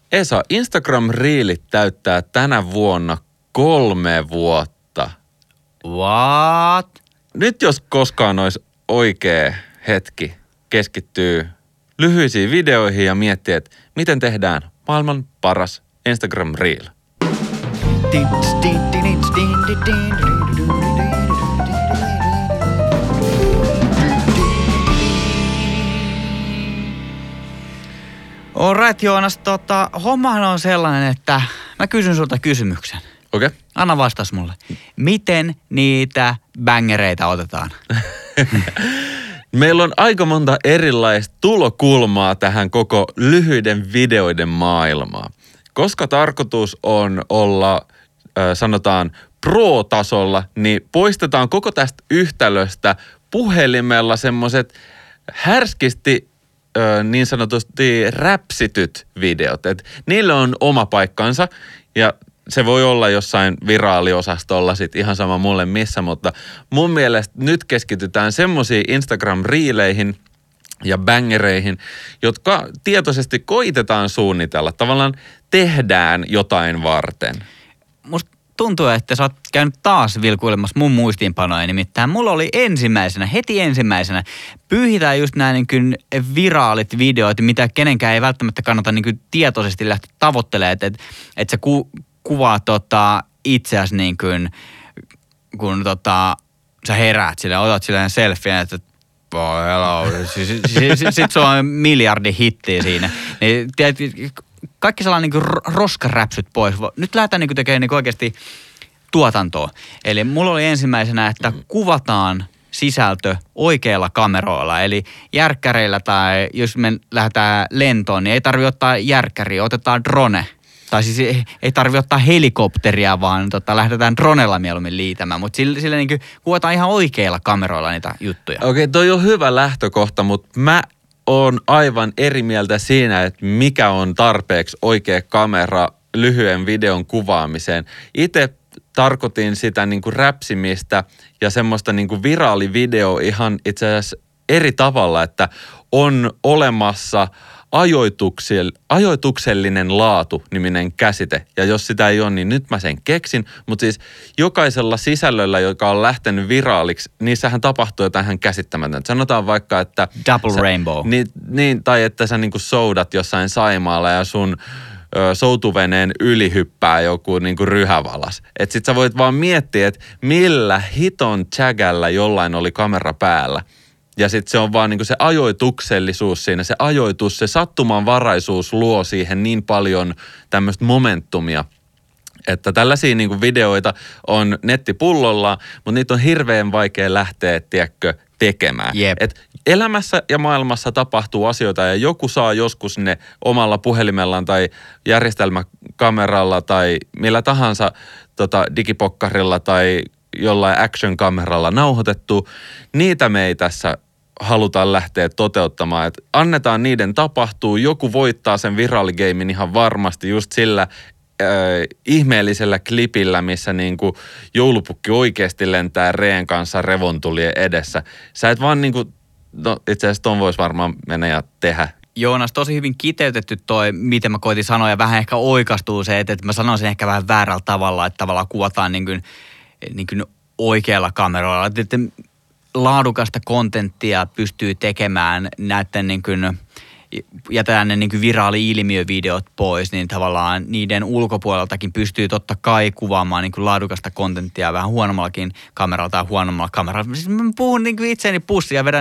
Esa, Instagram-riilit täyttää tänä vuonna 3 vuotta. What? Nyt jos koskaan olisi oikea hetki keskittyy lyhyisiin videoihin ja miettiä, että miten tehdään maailman paras Instagram-reel. Alright, Joonas, hommahan on sellainen, että mä kysyn sulta kysymyksen. Okei. Okay. Anna vastaus mulle. Miten niitä bängereitä otetaan? Meillä on aika monta erilaista tulokulmaa tähän koko lyhyiden videoiden maailmaan. Koska tarkoitus on olla, sanotaan, pro-tasolla, niin poistetaan koko tästä yhtälöstä puhelimella semmoiset härskisti niin sanotusti räpsityt videot. Et niille on oma paikkansa ja se voi olla jossain viraaliosastolla sit ihan sama mulle missä, mutta mun mielestä nyt keskitytään semmoisiin Instagram-riileihin ja bangereihin, jotka tietoisesti koitetaan suunnitella. Tavallaan tehdään jotain varten. Musta tuntuu, että sä oot käynyt taas vilkuilemassa mun muistiinpanoja. Nimittäin mulla oli heti ensimmäisenä, pyyhitään just nämä niin kuin viraalit videot, mitä kenenkään ei välttämättä kannata niin kuin tietoisesti lähteä tavoittelemaan, että sä kuvaat itseäsi niin kuin, kun sä heräät sille, otat silleen selfien, että sit sulla on miljardi hittiä siinä. Niin, kaikki sellainen niin roskaräpsyt pois. Nyt lähdetään niin tekemään niin oikeasti tuotantoa. Eli mulla oli ensimmäisenä, että kuvataan sisältö oikeilla kameroilla. Eli järkkäreillä tai jos me lähdetään lentoon, niin ei tarvitse ottaa järkkäriä, otetaan drone. Tai siis ei tarvitse ottaa helikopteria, vaan lähdetään dronella mieluummin liitämään. Mutta sille niin kuin kuvataan ihan oikeilla kameroilla niitä juttuja. Okei, toi on hyvä lähtökohta, mutta mä oon aivan eri mieltä siinä, että mikä on tarpeeksi oikea kamera lyhyen videon kuvaamiseen. Itse tarkoitin sitä niin kuin räpsimistä ja semmoista niin kuin viraalivideo ihan itse asiassa eri tavalla, että on olemassa ajoituksellinen laatu-niminen käsite. Ja jos sitä ei ole, niin nyt mä sen keksin. Mutta siis jokaisella sisällöllä, joka on lähtenyt viraaliksi, niissähän tapahtuu jotain käsittämätöntä. Sanotaan vaikka, että Double rainbow. Niin, tai että sä niinku soudat jossain Saimaalla ja sun soutuveneen yli hyppää joku niinku ryhävalas. Että sit sä voit vaan miettiä, että millä hiton tsägällä jollain oli kamera päällä. Ja sitten se on vaan niinku se ajoituksellisuus siinä, se ajoitus, se sattumanvaraisuus luo siihen niin paljon tämmöistä momentumia, että tällaisia niinku videoita on nettipullolla, mutta niitä on hirveän vaikea lähteä, tekemään. Yep. Et elämässä ja maailmassa tapahtuu asioita ja joku saa joskus ne omalla puhelimellaan tai järjestelmäkameralla tai millä tahansa digipokkarilla tai jollain action-kameralla nauhoitettu. Niitä me ei tässä halutaan lähteä toteuttamaan. Et annetaan niiden tapahtuu. Joku voittaa sen viraaligamein ihan varmasti just sillä ihmeellisellä klipillä, missä niinku joulupukki oikeasti lentää reen kanssa revontulien edessä. Sä et vaan niinku, no itse asiassa ton vois varmaan mennä ja tehdä. Joonas, tosi hyvin kiteytetty toi, miten mä koitin sanoa ja vähän ehkä oikastuu se, että mä sanoisin ehkä vähän väärällä tavalla, että tavallaan kuvataan niin kuin oikealla kameralla. Että laadukasta kontenttia pystyy tekemään näiden niin kuin, jätetään ne niin kuin viraali-ilmiövideot pois, niin tavallaan niiden ulkopuoleltakin pystyy totta kai kuvaamaan niin kuin laadukasta kontenttia vähän huonommallakin kameralla tai huonommalla kameralla. Siis mä puhun niin kuin itseäni pussia ja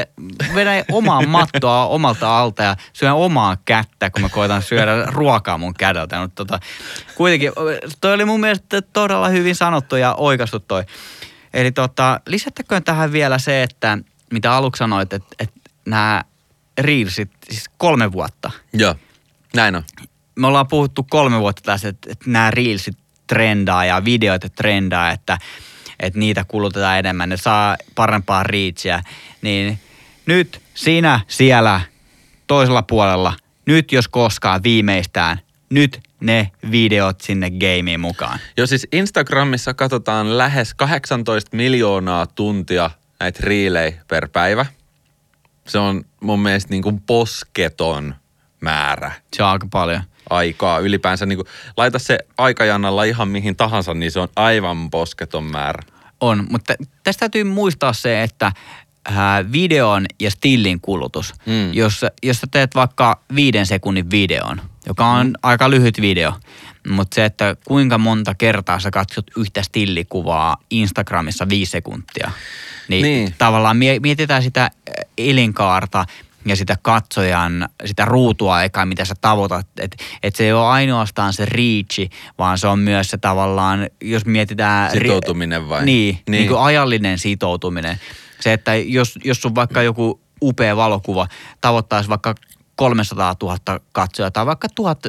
vedän omaa mattoa omalta alta ja syön omaa kättä, kun mä koitan syödä ruokaa mun kädeltä. Mutta kuitenkin toi oli mun mielestä todella hyvin sanottu ja oikaistu toi. Eli lisättäköön tähän vielä se, että mitä aluksi sanoit, että nämä reelsit, siis 3 vuotta. Joo, näin on. Me ollaan puhuttu 3 vuotta tässä, että nämä reelsit trendaa ja videoita trendaa, että niitä kulutetaan enemmän, ne saa parempaa reachia. Niin nyt sinä siellä toisella puolella, nyt jos koskaan viimeistään, nyt ne videot sinne gameen mukaan. Joo, siis Instagramissa katsotaan lähes 18 miljoonaa tuntia näitä reelejä per päivä. Se on mun mielestä niin kuin posketon määrä. Se on aika paljon. aikaa ylipäänsä. Niin kuin, laita se aikajanalla ihan mihin tahansa, niin se on aivan posketon määrä. On, mutta tästä täytyy muistaa se, että videon ja stillin kulutus, jos sä teet vaikka 5 sekunnin videon, joka on aika lyhyt video, mutta se, että kuinka monta kertaa sä katsot yhtä stillikuvaa Instagramissa 5 sekuntia, niin. Tavallaan mietitään sitä elinkaarta ja sitä katsojan, sitä ruutuaikaa, mitä sä tavoitat. Että se ei ole ainoastaan se reachi, vaan se on myös se tavallaan, jos mietitään... Sitoutuminen vai? Niin kuin ajallinen sitoutuminen. Se, että jos sun vaikka joku upea valokuva tavoittaisi vaikka 300 000 katsojaa tai vaikka 1000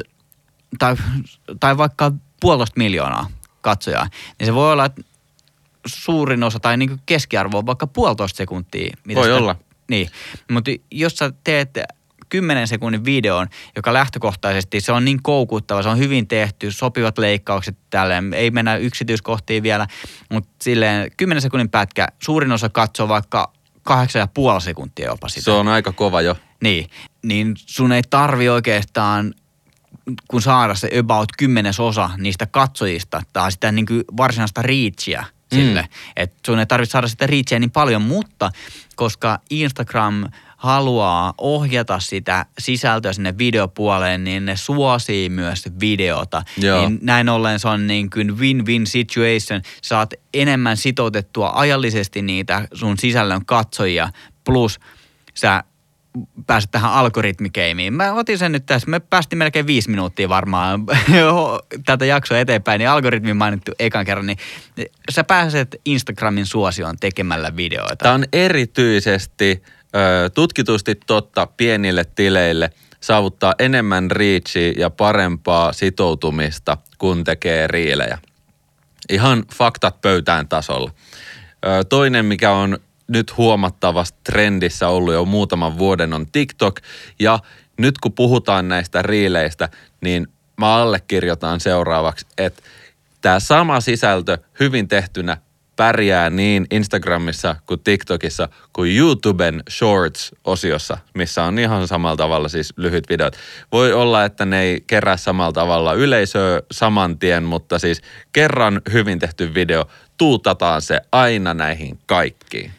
tai vaikka 1,5 miljoonaa katsojaa, niin se voi olla, että suurin osa tai niin kuin keskiarvo on vaikka 1,5 sekuntia. Voi olla. Niin, mutta jos sä teet 10 sekunnin videon, joka lähtökohtaisesti se on niin koukuttava, se on hyvin tehty, sopivat leikkaukset tälleen, ei mennä yksityiskohtiin vielä, mutta silleen 10 sekunnin pätkä, suurin osa katsoo vaikka 8,5 sekuntia jopa sitä. Se on aika kova jo. Niin sun ei tarvi oikeastaan kun saada se about 10% niistä katsojista tai sitä niin kuin varsinaista reachia sille. Että sun ei tarvitse saada sitä reachia niin paljon, mutta koska Instagram haluaa ohjata sitä sisältöä sinne videopuoleen, niin ne suosii myös videota. Joo. Niin näin ollen se on niin kuin win-win situation. Saat enemmän sitoutettua ajallisesti niitä sun sisällön katsojia, plus sä pääset tähän algoritmikeimiin. Mä otin sen nyt tässä. Me päästiin melkein 5 minuuttia varmaan tätä jaksoa eteenpäin, niin algoritmi mainittu ekan kerran, niin sä pääset Instagramin suosioon tekemällä videoita. Tämä on erityisesti tutkitusti totta pienille tileille saavuttaa enemmän reachia ja parempaa sitoutumista, kun tekee riilejä. Ihan faktat pöytään tasolla. Toinen, mikä on nyt huomattavasti trendissä ollut jo muutaman vuoden, on TikTok. Ja nyt kun puhutaan näistä riileistä, niin mä allekirjoitan seuraavaksi, että tämä sama sisältö hyvin tehtynä pärjää niin Instagramissa kuin TikTokissa kuin YouTuben Shorts-osiossa, missä on ihan samalla tavalla siis lyhyt videot. Voi olla, että ne ei kerää samalla tavalla yleisöä saman tien, mutta siis kerran hyvin tehty video, tuutataan se aina näihin kaikkiin.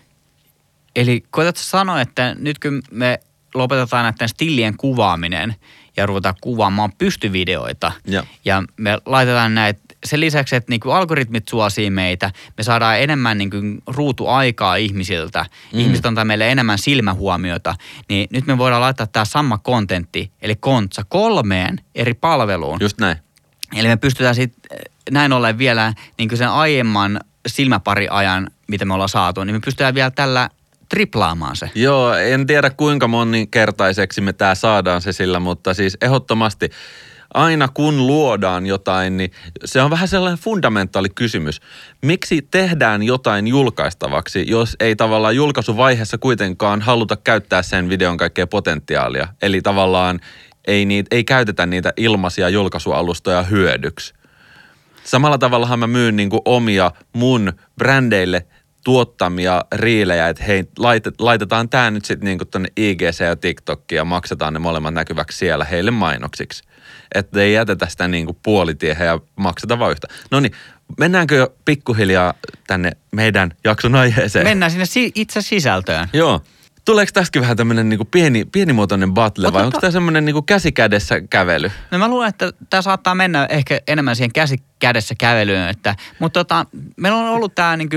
Eli koetatko sanoa, että nyt kun me lopetetaan näiden stillien kuvaaminen ja ruvetaan kuvaamaan pystyvideoita ja me laitetaan näitä sen lisäksi, että niinku algoritmit suosii meitä, me saadaan enemmän niinku ruutuaikaa ihmisiltä, ihmiset antaa meille enemmän silmähuomiota, niin nyt me voidaan laittaa tämä sama kontentti, eli kontsa 3 eri palveluun. Just näin. Eli me pystytään sitten näin ollen vielä niinku sen aiemman silmäpariajan, mitä me ollaan saatu, niin me pystytään vielä tällä triplaamaan se. Joo, en tiedä kuinka moninkertaiseksi me tää saadaan se sillä, mutta siis ehdottomasti aina kun luodaan jotain, niin se on vähän sellainen fundamentaali kysymys. Miksi tehdään jotain julkaistavaksi, jos ei tavallaan julkaisuvaiheessa kuitenkaan haluta käyttää sen videon kaikkea potentiaalia? Eli tavallaan ei käytetä niitä ilmaisia julkaisualustoja hyödyksi. Samalla tavallahan mä myyn niinku omia mun brändeille tuottamia riilejä, että hei, laitetaan tää nyt sitten niinku tonne IGC ja TikTokkiin ja maksetaan ne molemmat näkyväksi siellä heille mainoksiksi. Että ei jätetä sitä niinku puolitiehen ja makseta vaan yhtä. No niin, mennäänkö jo pikkuhiljaa tänne meidän jakson aiheeseen? Mennään sinne itse sisältöön. Joo. Tuleeko tässäkin vähän tämmöinen niinku pienimuotoinen battle vai onko tämä semmoinen niinku käsikädessä kävely? No mä luulen, että tämä saattaa mennä ehkä enemmän siihen käsikädessä kävelyyn, mutta meillä on ollut tämä niinku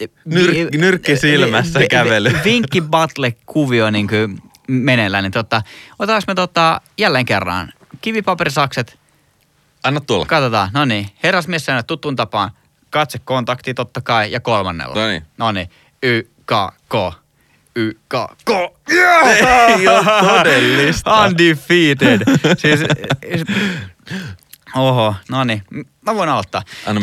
nyrkki silmässä kävely. Vinkki battle kuvio niinku meneillään, niin otetaanko me jälleen kerran kivipaperisakset? Anna tulla. Katsotaan, no niin, herrasmies tuttuun tapaan, katsekontakti totta kai ja 3. No niin, YKK. YKK. Ei ole todellista. Undefeated. Siis, oho, no niin. Mä voin aloittaa.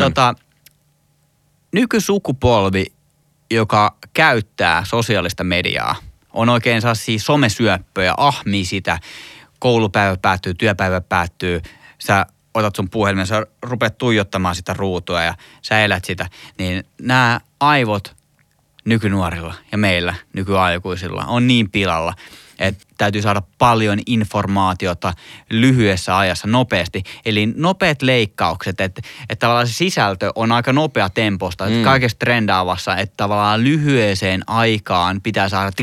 Nykysukupolvi, joka käyttää sosiaalista mediaa, on oikein sellaisia somesyöppöjä, ahmii sitä. Koulupäivä päättyy, työpäivä päättyy. Sä otat sun puhelimen, sä rupeat tuijottamaan sitä ruutua ja sä elät sitä. Niin nämä aivot nykynuorilla ja meillä nykyaikuisilla on niin pilalla, että täytyy saada paljon informaatiota lyhyessä ajassa nopeasti. Eli nopeat leikkaukset, että tavallaan se sisältö on aika nopea temposta, että kaikessa trendaavassa, että tavallaan lyhyeseen aikaan pitää saada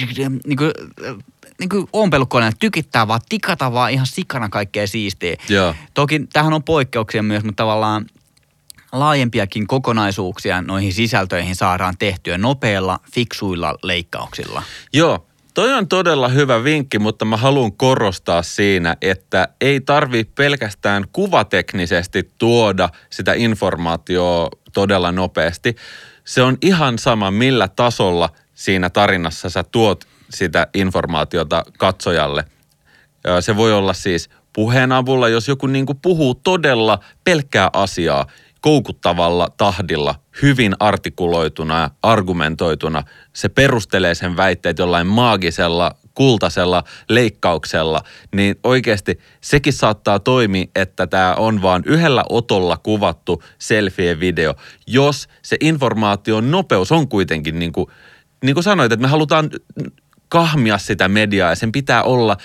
niin kuin ompelukoneen tykittää vaan, tikata vaan ihan sikana kaikkea siistiä. Joo. Toki tähän on poikkeuksia myös, mutta tavallaan laajempiakin kokonaisuuksia noihin sisältöihin saadaan tehtyä nopeilla, fiksuilla leikkauksilla. Joo, toi on todella hyvä vinkki, mutta mä haluan korostaa siinä, että ei tarvitse pelkästään kuvateknisesti tuoda sitä informaatiota todella nopeasti. Se on ihan sama, millä tasolla siinä tarinassa sä tuot sitä informaatiota katsojalle. Se voi olla siis puheen avulla, jos joku niin kuin puhuu todella pelkkää asiaa koukuttavalla tahdilla, hyvin artikuloituna ja argumentoituna. Se perustelee sen väitteet jollain maagisella, kultaisella leikkauksella, niin oikeasti sekin saattaa toimia, että tämä on vaan yhdellä otolla kuvattu selfie-video, jos se informaation nopeus on kuitenkin niin kuin sanoit, että me halutaan kahmia sitä mediaa ja sen pitää olla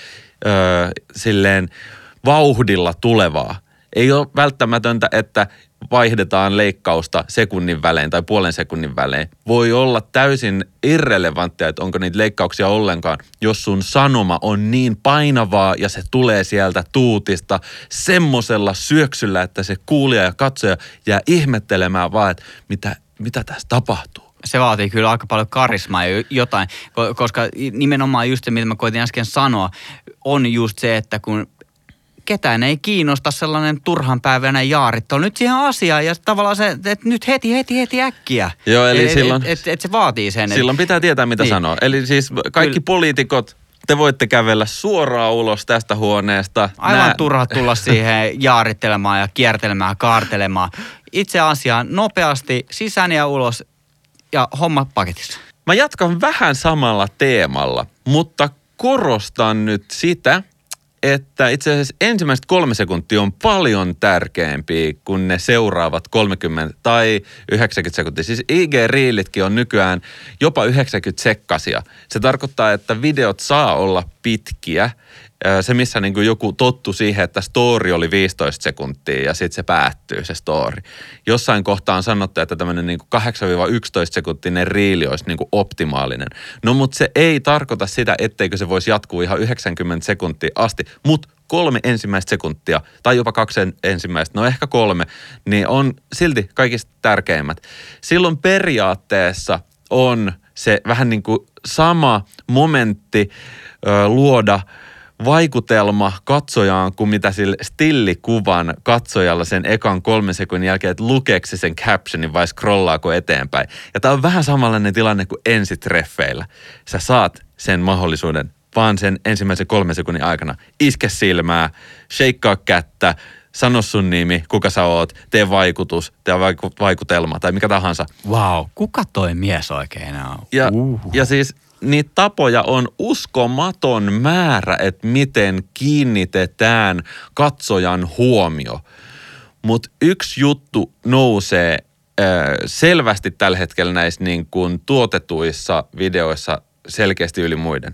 silleen vauhdilla tulevaa. Ei ole välttämätöntä, että vaihdetaan leikkausta sekunnin välein tai puolen sekunnin välein. Voi olla täysin irrelevanttia, että onko niitä leikkauksia ollenkaan, jos sun sanoma on niin painavaa ja se tulee sieltä tuutista semmosella syöksyllä, että se kuulija ja katsoja jää ihmettelemään vaan, että mitä tässä tapahtuu. Se vaatii kyllä aika paljon karismaa ja jotain, koska nimenomaan just se, mitä mä koitin äsken sanoa, on just se, että kun ketään ei kiinnosta sellainen turhanpäiväinen jaarittelu. Nyt siihen asiaan ja tavallaan se, että nyt heti äkkiä. Joo, eli silloin et se vaatii sen. Silloin pitää tietää, mitä sanoo. Eli siis kaikki poliitikot, te voitte kävellä suoraan ulos tästä huoneesta. Aivan turha tulla siihen jaarittelemaan ja kiertelemään, kaartelemaan. Itse asiaan nopeasti sisään ja ulos ja homma paketissa. Mä jatkan vähän samalla teemalla, mutta korostan nyt sitä, että itse asiassa ensimmäiset 3 sekuntia on paljon tärkeämpiä kuin ne seuraavat 30 tai 90 sekuntia. Siis IG-riilitkin on nykyään jopa 90 sekkasia. Se tarkoittaa, että videot saa olla pitkiä. Se, missä niin kuin joku tottu siihen, että story oli 15 sekuntia ja sitten se päättyy se story. Jossain kohtaa on sanottu, että tämmöinen niin kuin 8-11 sekuntinen riili olisi niin kuin optimaalinen. No mutta se ei tarkoita sitä, etteikö se voisi jatkuu ihan 90 sekuntia asti, mutta 3 ensimmäistä sekuntia tai jopa 2 ensimmäistä, no ehkä 3, niin on silti kaikista tärkeimmät. Silloin periaatteessa on se vähän niin kuin sama momentti luoda vaikutelma katsojaan kuin mitä sillä stillikuvan katsojalla sen ekan 3 sekunnin jälkeen, että lukeeko se sen captionin vai scrollaako eteenpäin. Ja tämä on vähän samanlainen tilanne kuin ensitreffeillä. Sä saat sen mahdollisuuden vaan sen ensimmäisen 3 sekunnin aikana. Iske silmää, sheikkaa kättä, sano sun nimi, kuka sä oot, tee vaikutus, tee vaikutelma tai mikä tahansa. Wow, kuka toi mies oikein on? Ja siis niitä tapoja on uskomaton määrä, että miten kiinnitetään katsojan huomio. Mutta yksi juttu nousee selvästi tällä hetkellä näissä niin kuin tuotetuissa videoissa selkeästi yli muiden.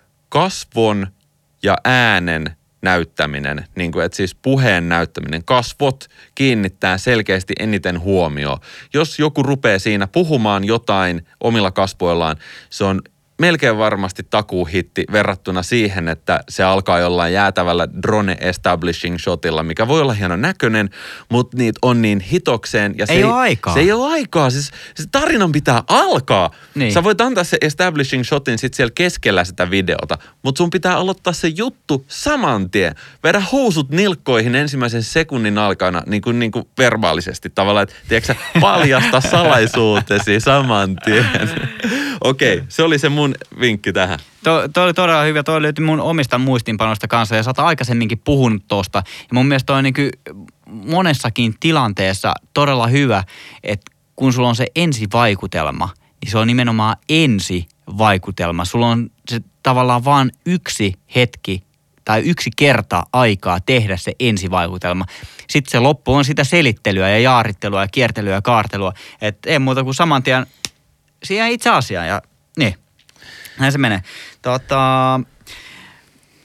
Kasvon ja äänen näyttäminen, niin kuin, että siis puheen näyttäminen, kasvot kiinnittää selkeästi eniten huomioon. Jos joku rupeaa siinä puhumaan jotain omilla kasvoillaan, se on melkein varmasti takuuhitti verrattuna siihen, että se alkaa jollain jäätävällä drone establishing shotilla, mikä voi olla hieno näköinen, mutta niitä on niin hitokseen. Ja ei ole aikaa. Se ei ole aikaa. Siis tarinan pitää alkaa. Niin. Sä voit antaa se establishing shotin sit siellä keskellä sitä videota, mutta sun pitää aloittaa se juttu saman tien. Vedä housut nilkkoihin ensimmäisen sekunnin aikana, niin kuin verbaalisesti tavallaan, että tiedätkö sä, paljasta salaisuutesi saman tien. Okei, se oli se mun vinkki tähän. Toi oli todella hyvä. Toi löytyi mun omista muistinpanoista kanssa ja sä oot aikaisemminkin puhunut tosta. Ja mun mielestä toi on niin monessakin tilanteessa todella hyvä, että kun sulla on se ensivaikutelma, niin se on nimenomaan ensivaikutelma. Sulla on se tavallaan vaan yksi hetki tai yksi kerta aikaa tehdä se ensivaikutelma. Sitten se loppu on sitä selittelyä ja jaarittelua ja kiertelyä ja kaartelua. Että ei muuta kuin saman tien siihen itse asiaan ja niin. Näin se menee.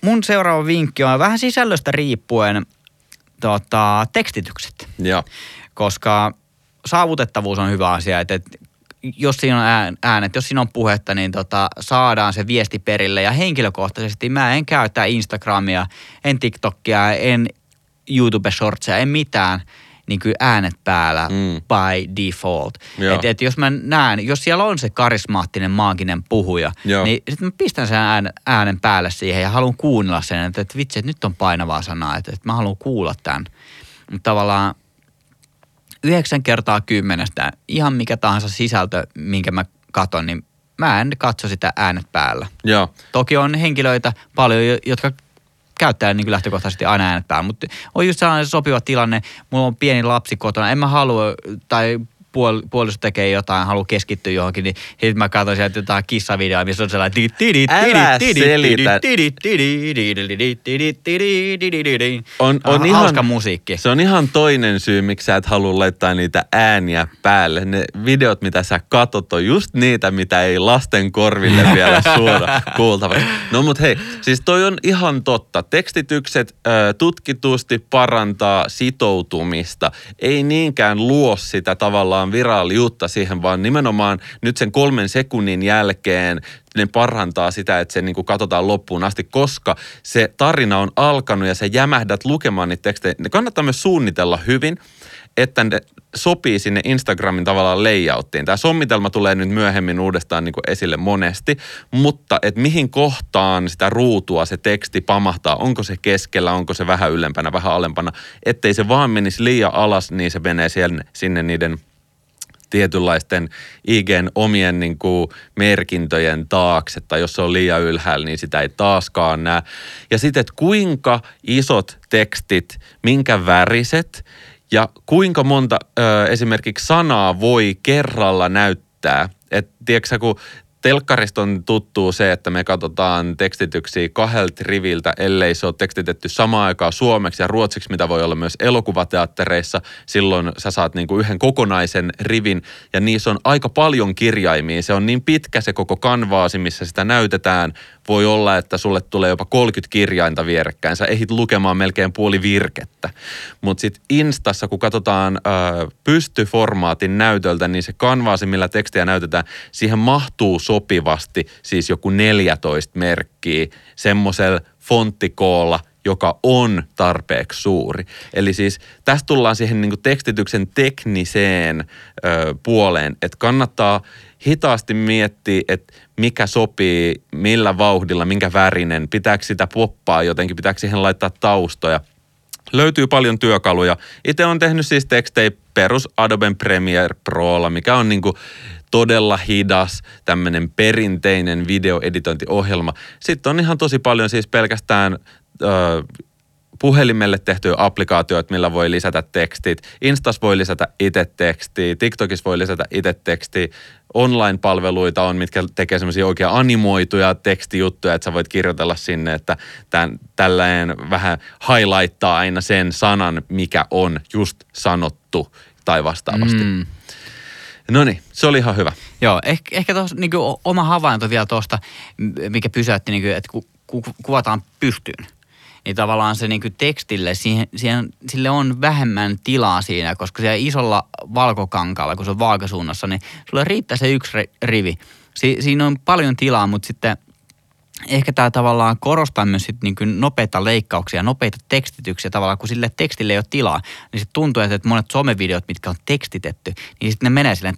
mun seuraava vinkki on vähän sisällöstä riippuen tekstitykset. Joo. Koska saavutettavuus on hyvä asia, että jos siinä on äänet, jos siinä on puhetta, niin saadaan se viesti perille. Ja henkilökohtaisesti mä en käytä Instagramia, en TikTokia, en YouTube-shortseja, en mitään niin kuin äänet päällä by default. Et jos mä näen, jos siellä on se karismaattinen, maaginen puhuja, niin sitten mä pistän sen äänen päälle siihen ja haluan kuunnella sen, että vitsi, että nyt on painavaa sanaa, että mä haluan kuulla tämän. Mutta tavallaan 9/10, ihan mikä tahansa sisältö, minkä mä katon, niin mä en katso sitä äänet päällä. Joo. Toki on henkilöitä paljon, jotka käyttää niin kuin lähtökohtaisesti aina äänet päällä, mutta on just sellainen sopiva tilanne. Mulla on pieni lapsi kotona, en mä halua, tai puoliso tekee jotain, haluaa keskittyä johonkin, niin sitten mä katson sieltä jotain kissavideoa, missä on sellainen älä selitä. On hauska musiikki. Se on ihan toinen syy, miksi sä et halua laittaa niitä ääniä päälle. Ne videot, mitä sä katot, on just niitä, mitä ei lasten korville vielä suoda kuultavaksi. No mut hei, siis toi on ihan totta. Tekstitykset tutkitusti parantaa sitoutumista. Ei niinkään luo sitä tavallaan viraaliutta siihen, vaan nimenomaan nyt sen 3 sekunnin jälkeen ne parantaa sitä, että se niin kuin katsotaan loppuun asti, koska se tarina on alkanut ja sä jämähdät lukemaan niitä tekstejä. Ne kannattaa myös suunnitella hyvin, että ne sopii sinne Instagramin tavallaan layouttiin. Tämä sommitelma tulee nyt myöhemmin uudestaan niin kuin esille monesti, mutta että mihin kohtaan sitä ruutua se teksti pamahtaa, onko se keskellä, onko se vähän ylempänä, vähän alempana, ettei se vaan menisi liian alas, niin se menee sinne niiden tietynlaisten IG:n omien niin kuin merkintöjen taakse, tai jos se on liian ylhäällä, niin sitä ei taaskaan näe. Ja sitten, että kuinka isot tekstit, minkä väriset ja kuinka monta esimerkiksi sanaa voi kerralla näyttää. Että tiedätkö sä, kun telkkarista on tuttuu se, että me katsotaan tekstityksiä 2 riviltä, ellei se ole tekstitetty samaan aikaan suomeksi ja ruotsiksi, mitä voi olla myös elokuvateattereissa. Silloin sä saat niinku yhden kokonaisen rivin ja niissä on aika paljon kirjaimia. Se on niin pitkä se koko kanvaasi, missä sitä näytetään. Voi olla, että sulle tulee jopa 30 kirjainta vierekkäin. Sä ehdit lukemaan melkein puoli virkettä. Mutta sitten Instassa, kun katsotaan pystyformaatin näytöltä, niin se kanvaasi, millä tekstiä näytetään, siihen mahtuu sopivasti siis joku 14 merkkiä semmoisella fonttikoolla, joka on tarpeeksi suuri. Eli siis tästä tullaan siihen niin kuin tekstityksen tekniseen puoleen, että kannattaa hitaasti miettiä, että mikä sopii, millä vauhdilla, minkä värinen, pitääkö sitä poppaa jotenkin, pitääkö siihen laittaa taustoja. Löytyy paljon työkaluja. Itse olen tehnyt siis tekstejä perus Adobe Premiere Prolla, mikä on niinku todella hidas, tämmöinen perinteinen videoeditointiohjelma. Sitten on ihan tosi paljon siis pelkästään puhelimelle tehtyjä applikaatioita, millä voi lisätä tekstit. Instas voi lisätä itse tekstiä, TikTokissa voi lisätä itse tekstiä. Online-palveluita on, mitkä tekee semmoisia oikein animoituja tekstijuttuja, että sä voit kirjoitella sinne, että tällainen vähän highlighttaa aina sen sanan, mikä on just sanottu tai vastaavasti. Noniin, se oli ihan hyvä. Joo, ehkä tuossa niin oma havainto vielä tuosta, mikä pysäytti, niin kuin, että kuvataan pystyyn. Niin tavallaan se niin kuin tekstille, sille on vähemmän tilaa siinä, koska siellä isolla valkokankaalla, kun se on vaakasuunnassa, niin sulle riittää se 1 rivi. Siinä on paljon tilaa, mutta sitten ehkä tämä tavallaan korostaa myös sit niin kuin nopeita leikkauksia, nopeita tekstityksiä tavallaan, kun sille tekstille ei ole tilaa, niin sitten tuntuu, että monet somevideot, mitkä on tekstitetty, niin sitten ne menee silleen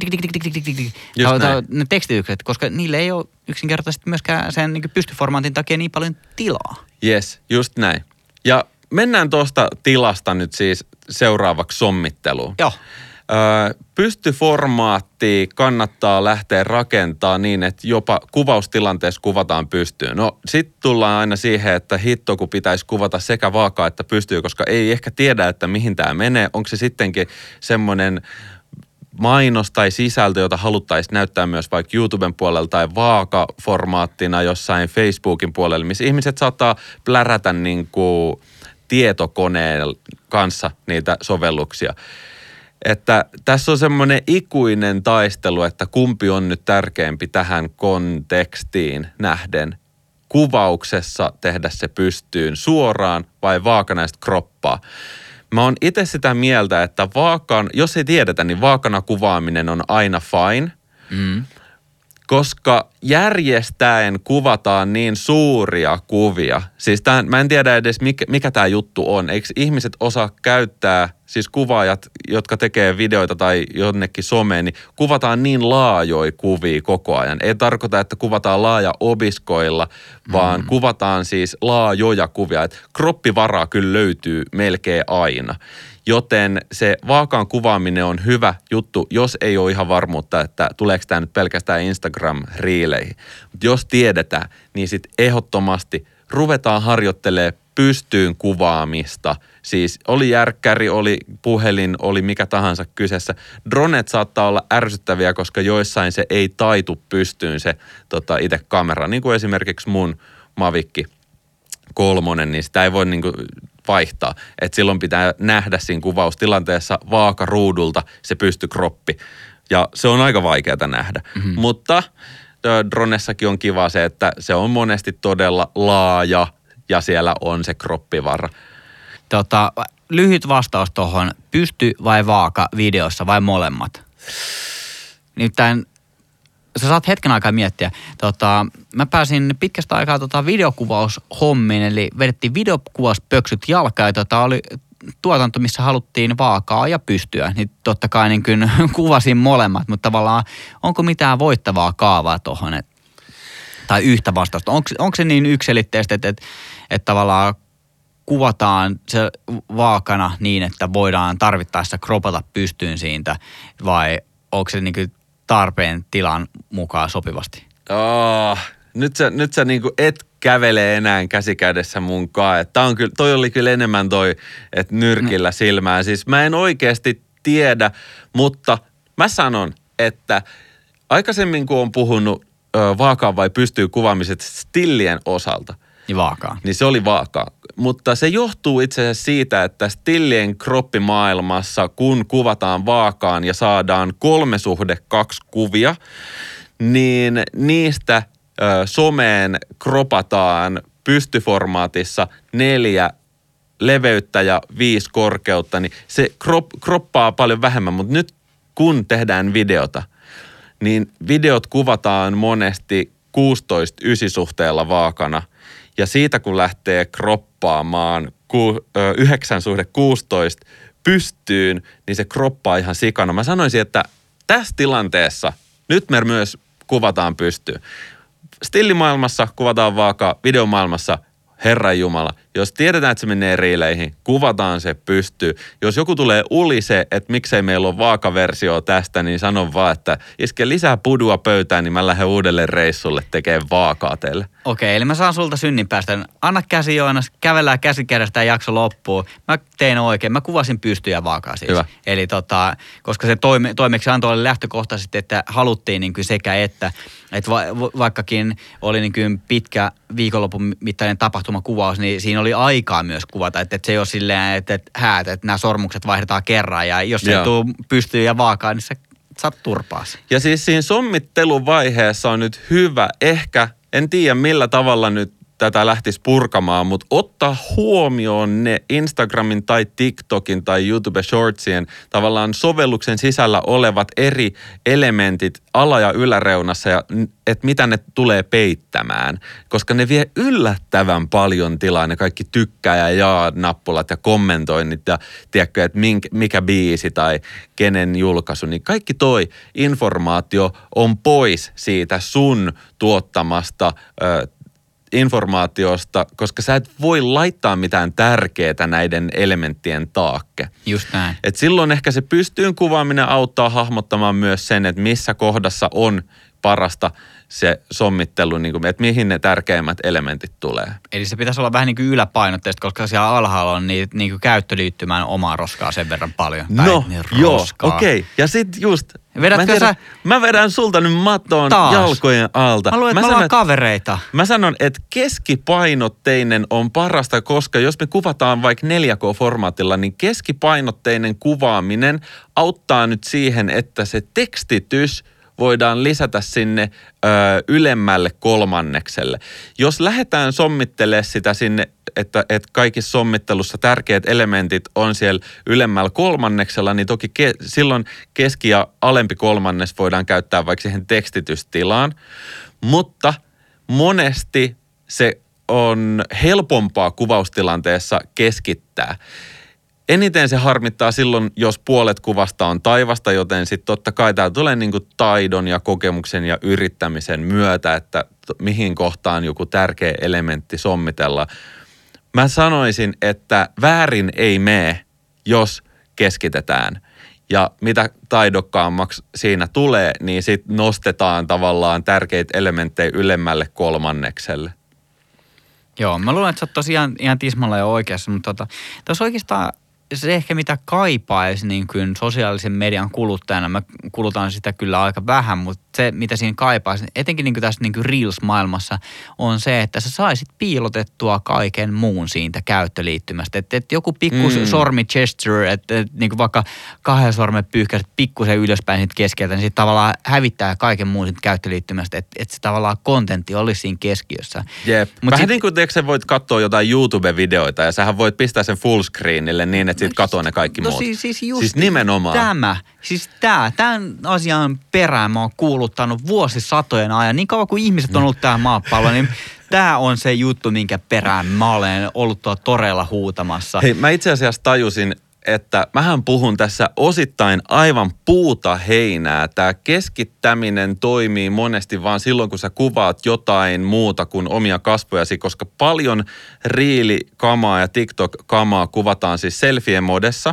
ne tekstitykset, koska niille ei ole yksinkertaisesti myöskään sen niin kuin pystyformaatin takia niin paljon tilaa. Yes, just näin. Ja mennään tuosta tilasta nyt siis seuraavaksi sommitteluun. Joo. Pystyformaattia kannattaa lähteä rakentaa niin, että jopa kuvaustilanteessa kuvataan pystyyn. No sit tullaan aina siihen, että hitto kun pitäisi kuvata sekä vaakaa että pystyy, koska ei ehkä tiedä, että mihin tämä menee. Onko se sittenkin semmoinen mainos tai sisältö, jota haluttaisiin näyttää myös vaikka YouTuben puolella tai vaakaformaattina jossain Facebookin puolella, missä ihmiset saattaa plärätä niin kuin tietokoneen kanssa niitä sovelluksia. Että tässä on semmoinen ikuinen taistelu, että kumpi on nyt tärkeämpi tähän kontekstiin nähden. kuvauksessa tehdä se pystyyn suoraan vai vaakana sitten kroppaa. Mä oon itse sitä mieltä, että jos ei tiedetä, niin vaakana kuvaaminen on aina fine, koska järjestäen kuvataan niin suuria kuvia. Siis mä en tiedä edes, mikä tämä juttu on. Eikö ihmiset osaa käyttää, siis kuvaajat, jotka tekee videoita tai jonnekin someen, niin kuvataan niin laajoja kuvia koko ajan. Ei tarkoita, että kuvataan laaja obiskoilla, vaan kuvataan siis laajoja kuvia. Et kroppivaraa kyllä löytyy melkein aina. Joten se vaakaan kuvaaminen on hyvä juttu, jos ei ole ihan varmuutta, että tuleeko tämä nyt pelkästään Instagram-riileihin. Mutta jos tiedetään, niin sitten ehdottomasti ruvetaan harjoittelemaan pystyyn kuvaamista. Siis oli järkkäri, oli puhelin, oli mikä tahansa kyseessä. Dronet saattaa olla ärsyttäviä, koska joissain se ei taitu pystyyn se itse kamera. Niin kuin esimerkiksi mun Mavic 3, niin sitä ei voi niinku vaihtaa. Että silloin pitää nähdä siinä kuvaustilanteessa vaakaruudulta se pystykroppi. Ja se on aika vaikeaa nähdä. Mutta dronessakin on kiva se, että se on monesti todella laaja ja siellä on se kroppivara. Lyhyt vastaus tuohon, pysty vai vaaka videossa vai molemmat? Nimittäin sä saat hetken aikaa miettiä. Mä pääsin pitkästä aikaa videokuvaushommiin, eli vedettiin videokuvauspöksyt jalkaan ja oli tuotanto, missä haluttiin vaakaa ja pystyä. Niin totta kai niin kuin kuvasin molemmat, mutta tavallaan onko mitään voittavaa kaavaa tuohon? Tai yhtä vastausta. Onko se niin yksiselitteistä, että tavallaan kuvataan se vaakana niin, että voidaan tarvittaessa kropata pystyyn siitä, vai onko se niin kuin tarpeen tilan mukaan sopivasti? Nyt sä niinku et kävele enää käsikädessä munkaan. Toi oli kyllä enemmän että nyrkillä silmään. Siis mä en oikeasti tiedä, mutta mä sanon, että aikaisemmin kun on puhunut vaakaan vai pystyy kuvaamiset stillien osalta, Niin se oli vaakaa. Mutta se johtuu itse asiassa siitä, että stillien kroppimaailmassa, kun kuvataan vaakaan ja saadaan 3:2 kuvia, niin niistä someen kropataan pystyformaatissa 4 leveyttä ja 5 korkeutta, niin se kroppaa paljon vähemmän. Mutta nyt kun tehdään videota, niin videot kuvataan monesti 16:9 suhteella vaakana. Ja siitä kun lähtee kroppaamaan 9:16 pystyyn, niin se kroppaa ihan sikana. Mä sanoisin, että tässä tilanteessa nyt me myös kuvataan pystyyn. Stillimaailmassa kuvataan vaakaa, videomaailmassa Herranjumala. Jos tiedetään, että se menee riileihin, kuvataan se pystyyn. Jos joku tulee ulise, että miksei meillä ole vaakaversio tästä, niin sanon vaan, että iske lisää pudua pöytään, niin mä lähden uudelle reissulle tekemään vaakaa teille. Okei, eli mä saan sulta synninpäästä. Anna käsi Joonas, kävellään käsi kädessä ja jakso loppuu. Mä tein oikein. Mä kuvasin pystyä ja vaakaa siis. Hyvä. Eli koska se toimeksianto oli lähtökohtaisesti, että haluttiin niin kuin sekä että vaikkakin oli niin kuin pitkä viikonlopun mittainen tapahtumakuvaus, niin siinä oli aikaa myös kuvata. Että se ei ole silleen, että nämä sormukset vaihdetaan kerran ja jos se ei tule pystyyn ja vaakaan, niin sä saat turpaasi. Ja siis siinä sommitteluvaiheessa on nyt hyvä, ehkä, en tiedä millä tavalla nyt tätä lähtisi purkamaan, mutta ottaa huomioon ne Instagramin tai TikTokin tai YouTube Shortsien tavallaan sovelluksen sisällä olevat eri elementit ala- ja yläreunassa ja että mitä ne tulee peittämään, koska ne vie yllättävän paljon tilaa, ne kaikki tykkää ja jaa-nappulat ja kommentoinnit ja tiedätkö, että mikä biisi tai kenen julkaisu, niin kaikki toi informaatio on pois siitä sun tuottamasta informaatiosta, koska sä et voi laittaa mitään tärkeää näiden elementtien taakke. Just näin. Et silloin ehkä se pystyyn kuvaaminen auttaa hahmottamaan myös sen, että missä kohdassa on parasta se sommittelu, niin kuin, että mihin ne tärkeimmät elementit tulee. Eli se pitäisi olla vähän niin kuin yläpainotteista, koska siellä alhaalla on niin kuin käyttöliittymään omaa roskaa sen verran paljon. No, joo, okei. Ja sit just, mä vedän sulta nyt maton taas jalkojen alta. Mä luulen, että me ollaan kavereita. Mä sanon, että keskipainotteinen on parasta, koska jos me kuvataan vaikka 4K-formaatilla, niin keskipainotteinen kuvaaminen auttaa nyt siihen, että se tekstitys voidaan lisätä sinne ylemmälle kolmannekselle. Jos lähdetään sommittelemaan sitä sinne, että kaikissa sommittelussa tärkeät elementit on siellä ylemmällä kolmanneksella, niin toki silloin keski- ja alempi kolmannes voidaan käyttää vaikka siihen tekstitystilaan, mutta monesti se on helpompaa kuvaustilanteessa keskittää. Eniten se harmittaa silloin, jos puolet kuvasta on taivasta, joten sitten totta kai tämä tulee niinku taidon ja kokemuksen ja yrittämisen myötä, että mihin kohtaan joku tärkeä elementti sommitella. Mä sanoisin, että väärin ei mene, jos keskitetään. Ja mitä taidokkaammaksi siinä tulee, niin sitten nostetaan tavallaan tärkeitä elementtejä ylemmälle kolmannekselle. Joo, mä luulen, että sä oot tosiaan ihan tismalla jo oikeassa, mutta tässä oikeastaan se ehkä mitä kaipaisi niin kuin sosiaalisen median kuluttajana, mä kulutan sitä kyllä aika vähän, mutta se mitä siinä kaipaisi, etenkin niin kuin tässä niin kuin Reels-maailmassa, on se, että sä saisit piilotettua kaiken muun siitä käyttöliittymästä. Että joku pikku sormi gesture, että niin kuin vaikka 2 sormen pyyhkäiset pikkusen ylöspäin siitä keskeltä, niin sit tavallaan hävittää kaiken muun siitä käyttöliittymästä, että se tavallaan kontentti olisi siinä keskiössä. Jep. Vähän niin kuin sä voit katsoa jotain YouTube-videoita ja sähän voit pistää sen fullscreenille niin, että siitä katoo ne kaikki muut. Siis nimenomaan. Tämän asian perään mä oon kuuluttanut vuosisatojen ajan. Niin kauan kuin ihmiset on ollut täällä maapallolla, niin tämä on se juttu, minkä perään mä olen ollut tuolla toreilla huutamassa. Hei, mä itse asiassa tajusin, että mähän puhun tässä osittain aivan puuta heinää. Tämä keskittäminen toimii monesti vaan silloin, kun sä kuvaat jotain muuta kuin omia kasvojasi, koska paljon riilikamaa ja TikTok-kamaa kuvataan siis selfie-modessa.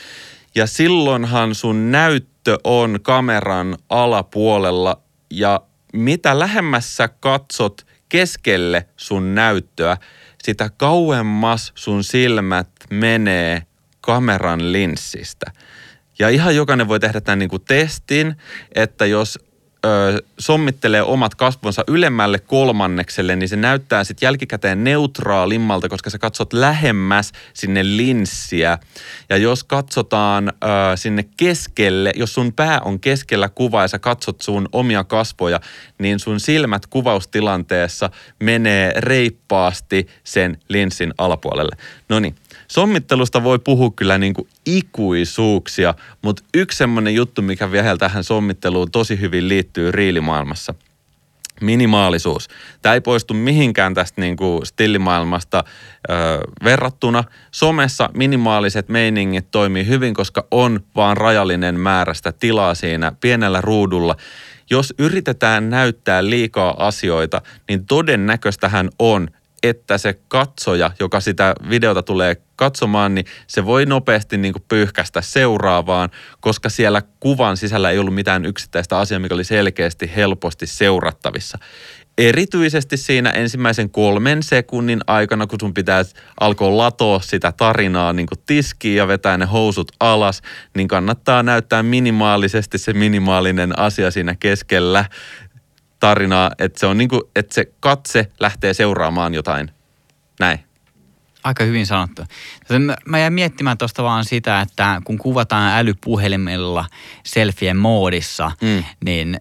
Ja silloinhan sun näyttö on kameran alapuolella ja mitä lähemmäs sä katsot keskelle sun näyttöä, sitä kauemmas sun silmät menee kameran linssistä. Ja ihan jokainen voi tehdä tämän niin kuin testin, että jos sommittelee omat kasvonsa ylemmälle kolmannekselle, niin se näyttää sitten jälkikäteen neutraalimmalta, koska sä katsot lähemmäs sinne linssiä. Ja jos katsotaan sinne keskelle, jos sun pää on keskellä kuvaa ja sä katsot sun omia kasvoja, niin sun silmät kuvaustilanteessa menee reippaasti sen linssin alapuolelle. Noniin. Sommittelusta voi puhua kyllä niin kuin ikuisuuksia, mutta yksi semmoinen juttu, mikä vielä tähän sommitteluun tosi hyvin liittyy riilimaailmassa. Minimaalisuus. Tämä ei poistu mihinkään tästä niin kuin stillimaailmasta verrattuna. Somessa minimaaliset meiningit toimii hyvin, koska on vaan rajallinen määrä sitä tilaa siinä pienellä ruudulla. Jos yritetään näyttää liikaa asioita, niin todennäköistähän on, että se katsoja, joka sitä videota tulee katsomaan, niin se voi nopeasti niin kuin pyyhkäistä seuraavaan, koska siellä kuvan sisällä ei ollut mitään yksittäistä asiaa, mikä oli selkeästi helposti seurattavissa. Erityisesti siinä ensimmäisen 3 sekunnin aikana, kun sun pitää alkaa latoa sitä tarinaa niin kuin tiskiin ja vetää ne housut alas, niin kannattaa näyttää minimaalisesti se minimaalinen asia siinä keskellä tarinaa, että se on niin kuin, että se katse lähtee seuraamaan jotain. Näin. Aika hyvin sanottu. Mä jäin miettimään tuosta vaan sitä, että kun kuvataan älypuhelimilla selfien moodissa, niin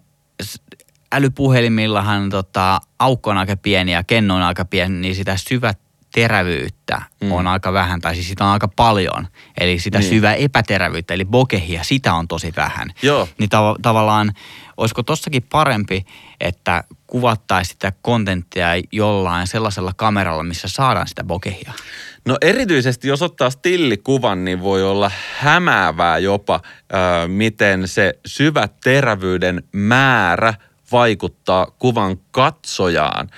älypuhelimillahan aukko on aika pieni ja kenno on aika pieni, niin sitä syväterävyyttä on aika vähän, tai siis sitä on aika paljon. Eli sitä syvää epäterävyyttä, eli bokehia, sitä on tosi vähän. Joo. Niin tavallaan, olisiko tossakin parempi, että kuvattaisiin sitä kontenttia jollain sellaisella kameralla, missä saadaan sitä bokehia? No erityisesti, jos ottaa stillikuvan, niin voi olla hämäävää jopa, miten se syväterävyyden määrä vaikuttaa kuvan katsojaan.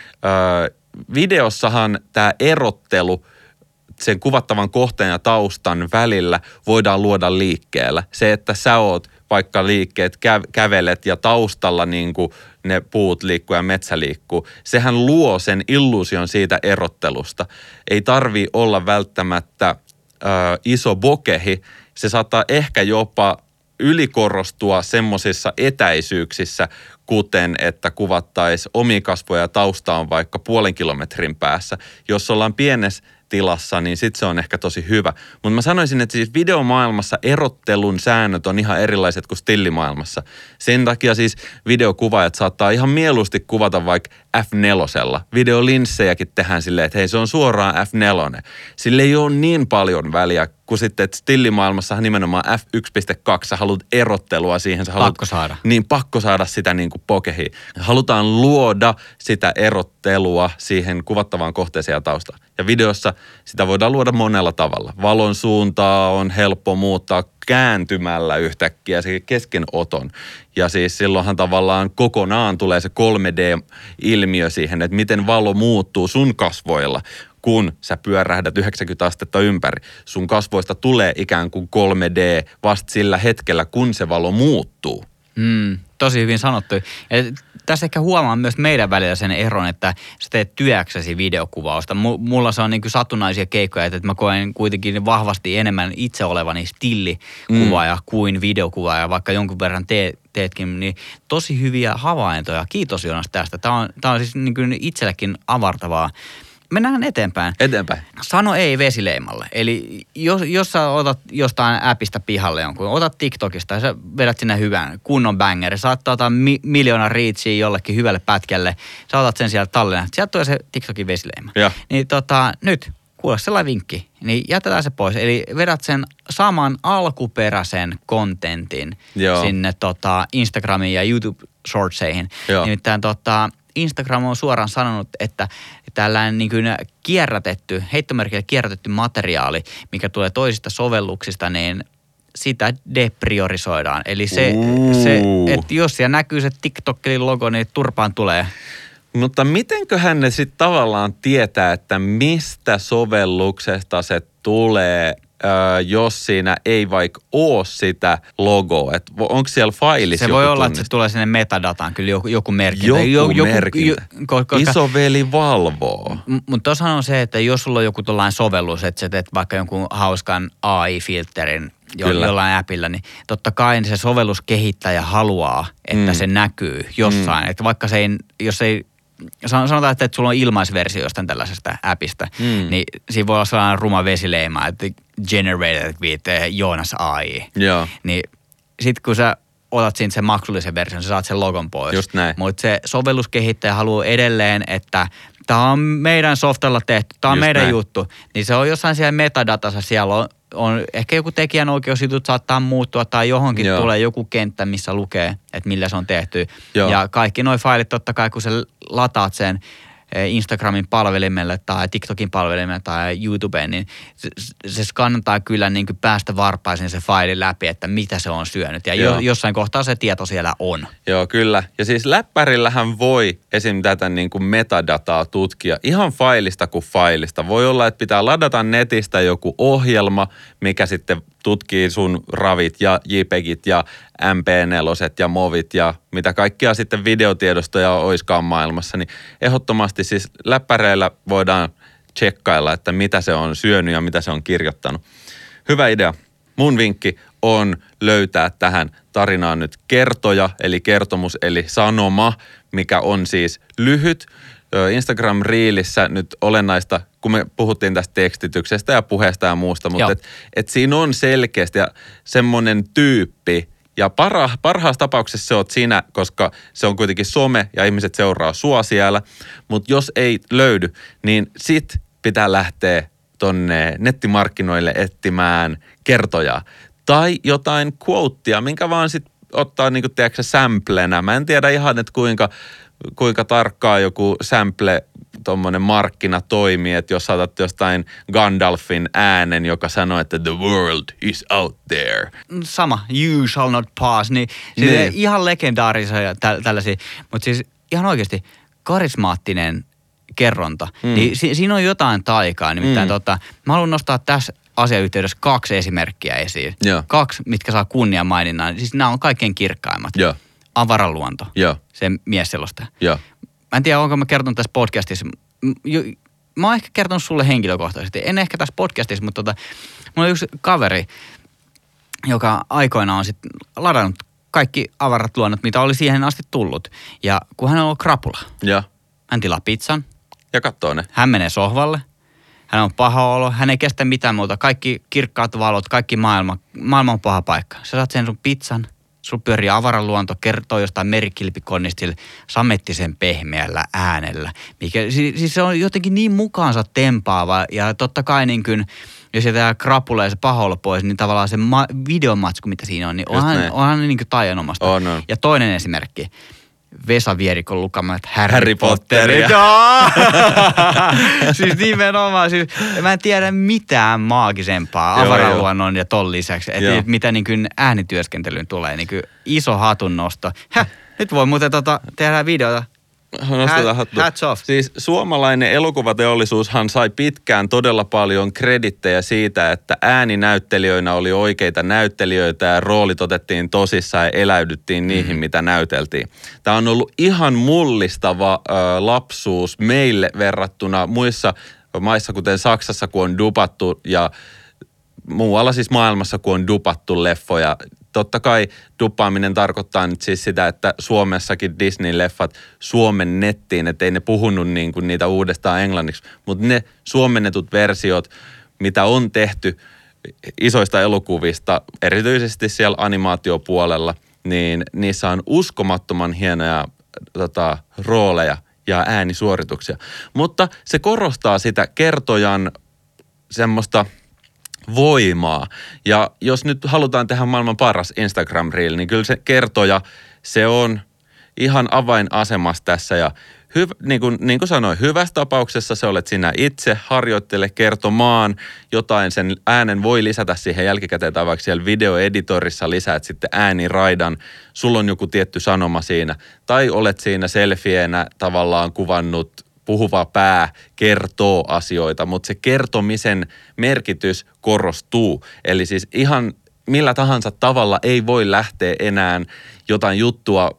Videossahan tämä erottelu sen kuvattavan kohteen ja taustan välillä voidaan luoda liikkeellä. Se, että sä oot vaikka liikkeet kävelet ja taustalla niin kuin ne puut liikkuu ja metsä liikkuu, sehän luo sen illuusion siitä erottelusta. Ei tarvii olla välttämättä iso bokehi. Se saattaa ehkä jopa ylikorostua semmoisissa etäisyyksissä, kuten että kuvattaisiin omia kasvoja ja tausta on vaikka 0,5 kilometrin päässä. Jos ollaan pienessä tilassa, niin sit se on ehkä tosi hyvä. Mutta mä sanoisin, että siis videomaailmassa erottelun säännöt on ihan erilaiset kuin stillimaailmassa. Sen takia siis videokuvaajat saattaa ihan mieluusti kuvata vaikka F4. Videolinssejäkin tehdään silleen, että hei, se on suoraan F4. Sille ei ole niin paljon väliä kuin sitten, että stillimaailmassahan nimenomaan F1.2, sä haluat erottelua siihen. Pakko saada. Niin, pakko saada sitä niin kuin pokehiin. Halutaan luoda sitä erottelua siihen kuvattavaan kohteeseen ja taustaan. Ja videossa sitä voidaan luoda monella tavalla. Valon suuntaa on helppo muuttaa kääntymällä yhtäkkiä se keskenoton. Ja siis silloinhan tavallaan kokonaan tulee se 3D-ilmiö siihen, että miten valo muuttuu sun kasvoilla, kun sä pyörähdät 90 astetta ympäri. Sun kasvoista tulee ikään kuin 3D vasta sillä hetkellä, kun se valo muuttuu. Tosi hyvin sanottu. Ja tässä ehkä huomaan myös meidän välillä sen eron, että sä teet työksesi videokuvausta. Mulla se on niin kuin satunnaisia keikkoja, että mä koen kuitenkin vahvasti enemmän itse olevani stillikuvaaja kuin videokuvaaja, vaikka jonkun verran teetkin, niin tosi hyviä havaintoja. Kiitos Joonas tästä. Tää on siis niin kuin itsellekin avartavaa. Mennään eteenpäin. Sano ei vesileimalle. Eli jos sä otat jostain appista pihalle jonkun, otat TikTokista ja sä vedät sinne hyvän kunnon bangeri, saattaa ottaa miljoona reachia jollekin hyvälle pätkälle, sä otat sen sieltä tallena, sieltä tulee se TikTokin vesileima. Ja. Niin nyt, kuule sellainen vinkki, niin jätetään se pois. Eli vedät sen saman alkuperäisen kontentin sinne Instagramiin ja YouTube Shortseihin. Nimittäin Instagram on suoraan sanonut, että tällainen niin kuin heittomerkillä kierrätetty materiaali, mikä tulee toisista sovelluksista, niin sitä depriorisoidaan. Eli se että jos siellä näkyy se TikTokin logo, niin turpaan tulee. Mutta mitenköhän ne sitten tavallaan tietää, että mistä sovelluksesta se tulee, jos siinä ei vaikka ole sitä logoa? Että onko siellä failissa se joku voi olla, tunniste? että se tulee sinne metadataan, kyllä joku merkintä. Joku merkintä. Isoveli valvoo. Mutta tuossahan on se, että jos sulla on joku tällainen sovellus, että sä teet vaikka jonkun hauskan AI-filterin jollain appilla, niin totta kai se sovelluskehittäjä haluaa, että se näkyy jossain. Että vaikka sanotaan, että sulla on ilmaisversio jostain tällaisesta appista, niin siinä voi olla sellainen ruma vesileima, että generated with Joonas AI. Joo. Niin sit kun sä otat siinä sen maksullisen version, sä saat sen logon pois. Just näin. Mutta se sovelluskehittäjä haluaa edelleen, että tämä on meidän softalla tehty, tämä on just meidän näin. Juttu. Niin se on jossain siellä metadatassa, siellä on ehkä joku tekijänoikeusjutut saattaa muuttua tai johonkin tulee joku kenttä, missä lukee, että millä se on tehty. Joo. Ja kaikki nuo failit totta kai, kun sä lataat sen Instagramin palvelimelle tai TikTokin palvelimelle tai YouTubeen, niin se skannataan kyllä niin kuin päästä varpaisin se faili läpi, että mitä se on syönyt. Ja jossain kohtaa se tieto siellä on. Joo, kyllä. Ja siis läppärillähän voi esim. Tätä niin kuin metadataa tutkia ihan failista kuin failista. Voi olla, että pitää ladata netistä joku ohjelma, mikä sitten tutkii sun ravit ja JPEGit ja MP4 ja movit ja mitä kaikkia sitten videotiedostoja oiskaan maailmassa, niin ehdottomasti siis läppäreillä voidaan tsekkailla, että mitä se on syönyt ja mitä se on kirjoittanut. Hyvä idea. Mun vinkki on löytää tähän tarinaan nyt kertoja, eli kertomus, eli sanoma, mikä on siis lyhyt. Instagram-reelissä nyt olennaista, kun me puhuttiin tästä tekstityksestä ja puheesta ja muusta, mutta et siinä on selkeästi semmoinen tyyppi, ja parhaassa tapauksessa se oot sinä, koska se on kuitenkin some ja ihmiset seuraa sua siellä, mutta jos ei löydy, niin sit pitää lähteä tonne nettimarkkinoille etsimään kertoja tai jotain quotea, minkä vaan sit ottaa niinku tiedätkö samplenä. Mä en tiedä ihan, että kuinka tarkkaan joku sample tommonen markkina toimii, että jos saatat jostain Gandalfin äänen, joka sanoo, että the world is out there. Sama, you shall not pass, niin. Ihan legendaarisia tällaisia, mutta siis ihan oikeasti karismaattinen kerronta, niin siinä on jotain taikaa, nimittäin mä haluan nostaa tässä asiayhteydessä 2 esimerkkiä esiin. 2, mitkä saa kunnian maininnan, siis nämä on kaikkein kirkkaimmat. Avaraluonto, se miesselostaja. Mä en tiedä, onko mä kertonut tässä podcastissa. Mä oon ehkä kertonut sulle henkilökohtaisesti. En ehkä tässä podcastissa, mutta mulla on yksi kaveri, joka aikoinaan on sitten ladannut kaikki avarat luonnot, mitä oli siihen asti tullut. Ja kun hän on ollut krapula, hän tilaa pizzan. Ja katsoo ne. Hän menee sohvalle, hän on paha olo, hän ei kestä mitään muuta. Kaikki kirkkaat valot, kaikki maailma on paha paikka. Sä saat sen sun pizzan, sun pyörii avaraluonto, kertoo jostain merikilpikonnistilla samettisen pehmeällä äänellä. Mikä, siis se on jotenkin niin mukaansa tempaava ja totta kai niin kuin, jos jätetään krapula ja se paha olo pois, niin tavallaan se videomatsku, mitä siinä on, niin onhan niin kuin taianomasta. On. Ja toinen esimerkki. Vesa Vierikon lukamat Harry Potteria. Siis nimenomaan, siis mä en tiedä mitään maagisempaa avaraluonnon ja ton lisäksi, että mitä niin kuin äänityöskentelyyn tulee, niin kuin iso hatunnosto. Nyt voi muuten tehdä videota. Nostetaan hattu. Hats off. Siis suomalainen elokuvateollisuushan sai pitkään todella paljon kredittejä siitä, että ääninäyttelijöinä oli oikeita näyttelijöitä ja roolit otettiin tosissaan ja eläydyttiin niihin, mitä näyteltiin. Tämä on ollut ihan mullistava lapsuus meille verrattuna muissa maissa, kuten Saksassa, kun on dupattu ja muualla siis maailmassa, kun on dupattu leffoja. Totta kai duppaaminen tarkoittaa nyt siis sitä, että Suomessakin Disney-leffat suomennettiin, että ei ne puhunut niin kuin niitä uudestaan englanniksi, mutta ne suomennetut versiot, mitä on tehty isoista elokuvista, erityisesti siellä animaatiopuolella, niin niissä on uskomattoman hienoja rooleja ja äänisuorituksia. Mutta se korostaa sitä kertojan semmoista voimaa. Ja jos nyt halutaan tehdä maailman paras Instagram-reel, niin kyllä se kertoja, se on ihan avainasemassa tässä. Ja niin kuin sanoin, hyvässä tapauksessa sä olet sinä itse, harjoittele kertomaan jotain, sen äänen voi lisätä siihen jälkikäteen tai vaikka siellä videoeditorissa lisäät sitten ääniraidan, sulla on joku tietty sanoma siinä. Tai olet siinä selfieenä tavallaan kuvannut puhuva pää kertoo asioita, mutta se kertomisen merkitys korostuu. Eli siis ihan millä tahansa tavalla ei voi lähteä enää jotain juttua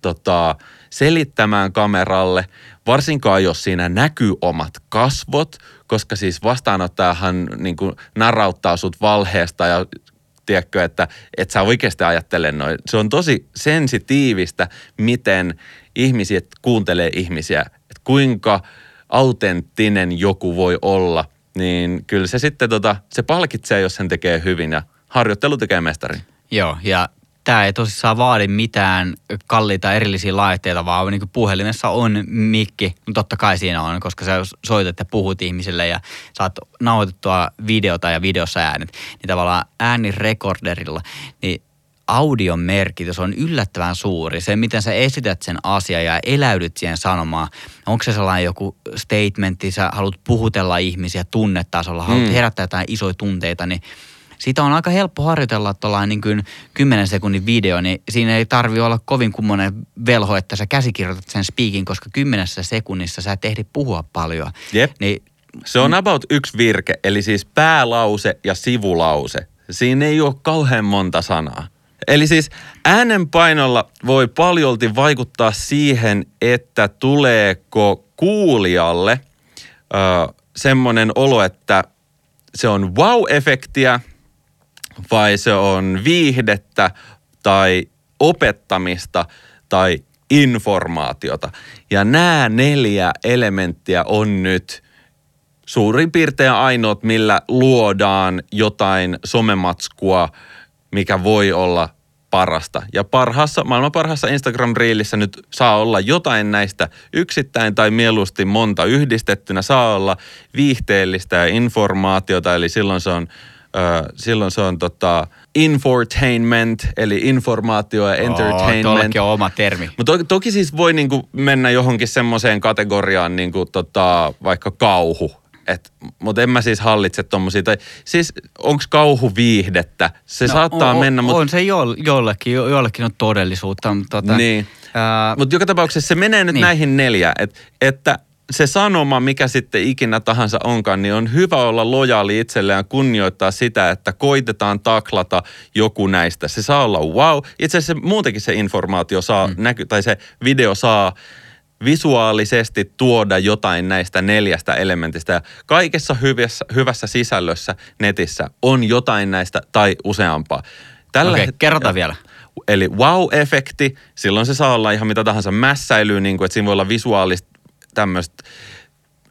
selittämään kameralle, varsinkaan jos siinä näkyy omat kasvot, koska siis vastaanottajahan niin kuin narauttaa sut valheesta ja tiedätkö, että et sä oikeasti ajattele noin. Se on tosi sensitiivistä, miten ihmiset kuuntelee ihmisiä, että kuinka autenttinen joku voi olla, niin kyllä se sitten se palkitsee, jos sen tekee hyvin ja harjoittelu tekee mestarin. Joo, ja tämä ei tosissaan vaadi mitään kalliita erillisiä laitteita, vaan niin kuin puhelimessa on mikki. No totta kai siinä on, koska sä soitat ja puhut ihmisille ja saat nauhoitettua videota ja videossa äänet. Niin tavallaan äänirekorderilla, niin audion merkitys on yllättävän suuri. Se, miten sä esität sen asian ja eläydyt siihen sanomaan. Onko se sellainen joku statementti, sä haluat puhutella ihmisiä tunnetasolla, haluat herättää jotain isoja tunteita, niin siitä on aika helppo harjoitella tuollainen niin kuin 10 sekunnin video, niin siinä ei tarvitse olla kovin kummonen velho, että sä käsikirjoitat sen speakin, koska 10 sekunnissa sä et ehdi puhua paljon. Jep. Niin, se on about yksi virke, eli siis päälause ja sivulause. Siinä ei ole kauhean monta sanaa. Eli siis äänenpainolla voi paljolti vaikuttaa siihen, että tuleeko kuulijalle semmoinen olo, että se on wow-efektiä vai se on viihdettä tai opettamista tai informaatiota. Ja nämä 4 elementtiä on nyt suurin piirtein ainoat, millä luodaan jotain somematskua, mikä voi olla parasta. Ja maailman parhaassa Instagram-reelissä nyt saa olla jotain näistä yksittäin tai mieluusti monta yhdistettynä. Saa olla viihteellistä ja informaatiota, eli silloin se on infotainment, eli informaatio ja entertainment. Tuollakin on oma termi. Mutta toki siis voi niinku mennä johonkin semmoiseen kategoriaan niinku vaikka kauhu. Mutta en mä siis hallitse tommosia. Tai siis onks kauhu viihdettä? Se saattaa mennä. On se jollekin on todellisuutta. Niin. Mutta joka tapauksessa se menee nyt näihin 4. Että se sanoma, mikä sitten ikinä tahansa onkaan, niin on hyvä olla lojaali itselleen ja kunnioittaa sitä, että koitetaan taklata joku näistä. Se saa olla wow. Itse asiassa muutenkin se informaatio saa tai se video saa visuaalisesti tuoda jotain näistä 4 elementistä. Ja kaikessa hyvässä sisällössä netissä on jotain näistä tai useampaa. Kerrotaan vielä. Eli wow-efekti, silloin se saa olla ihan mitä tahansa mässäilyä, niin kuin, että siinä voi olla visuaalista tämmöistä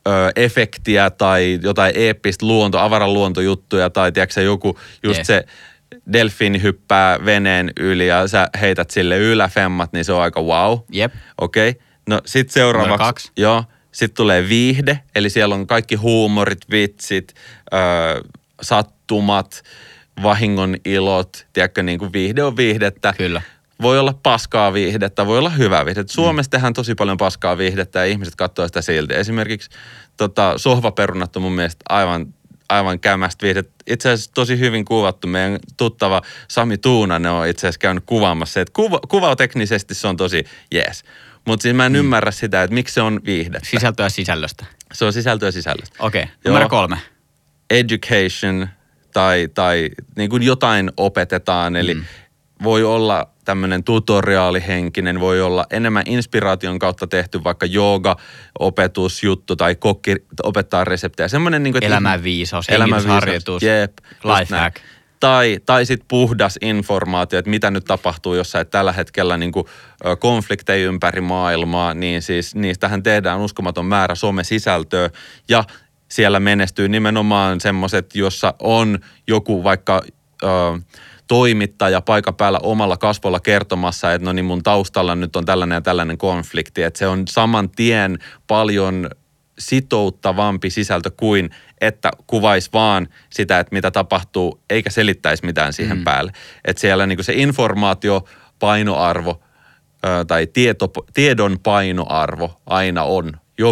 efektiä tai jotain eeppistä avaran luontojuttuja tai tiedätkö joku just se delfiini hyppää veneen yli ja sä heität sille yläfemmat, niin se on aika wow. Jep. Okei. Okay. No sit seuraavaksi. Joo. Sitten tulee viihde, eli siellä on kaikki huumorit, vitsit, sattumat, vahingon ilot. Tiedätkö, niin kuin viihde on viihdettä. Kyllä. Voi olla paskaa viihdettä, voi olla hyvää viihdettä. Suomessa tehdään tosi paljon paskaa viihdettä ja ihmiset katsoo sitä silti. Esimerkiksi sohvaperunat on mun mielestä aivan kämästä viihdettä. Itse asiassa tosi hyvin kuvattu. Meidän tuttava Sami Tuunanen on itse asiassa käynyt kuvaamassa. Että kuvauteknisesti se on tosi jees. Mutta siis mä en ymmärrä sitä, että miksi se on viihdettä. Sisältöä sisällöstä. Se on sisältöä sisällöstä. Okei. Numero 3. Education tai niin kuin jotain opetetaan. Eli voi olla tämmöinen tutoriaalihenkinen, voi olla enemmän inspiraation kautta tehty vaikka jooga-opetusjuttu tai kokki opettaa reseptejä. Semmoinen niin kuin, elämänviisaus, hengitysharjoitus, lifehack. Tai sitten puhdas informaatio, että mitä nyt tapahtuu, jos et tällä hetkellä niin kuin konflikteja ympäri maailmaa, niin siis niistähän tehdään uskomaton määrä some-sisältöä ja siellä menestyy nimenomaan semmoiset, jossa on joku vaikka toimittaja paikan päällä omalla kasvolla kertomassa, että no niin mun taustalla nyt on tällainen ja tällainen konflikti, että se on saman tien paljon sitouttavampi sisältö kuin, että kuvaisi vaan sitä, että mitä tapahtuu, eikä selittäisi mitään siihen päälle. Että siellä niin kuin se informaatio, painoarvo tai tiedon painoarvo aina on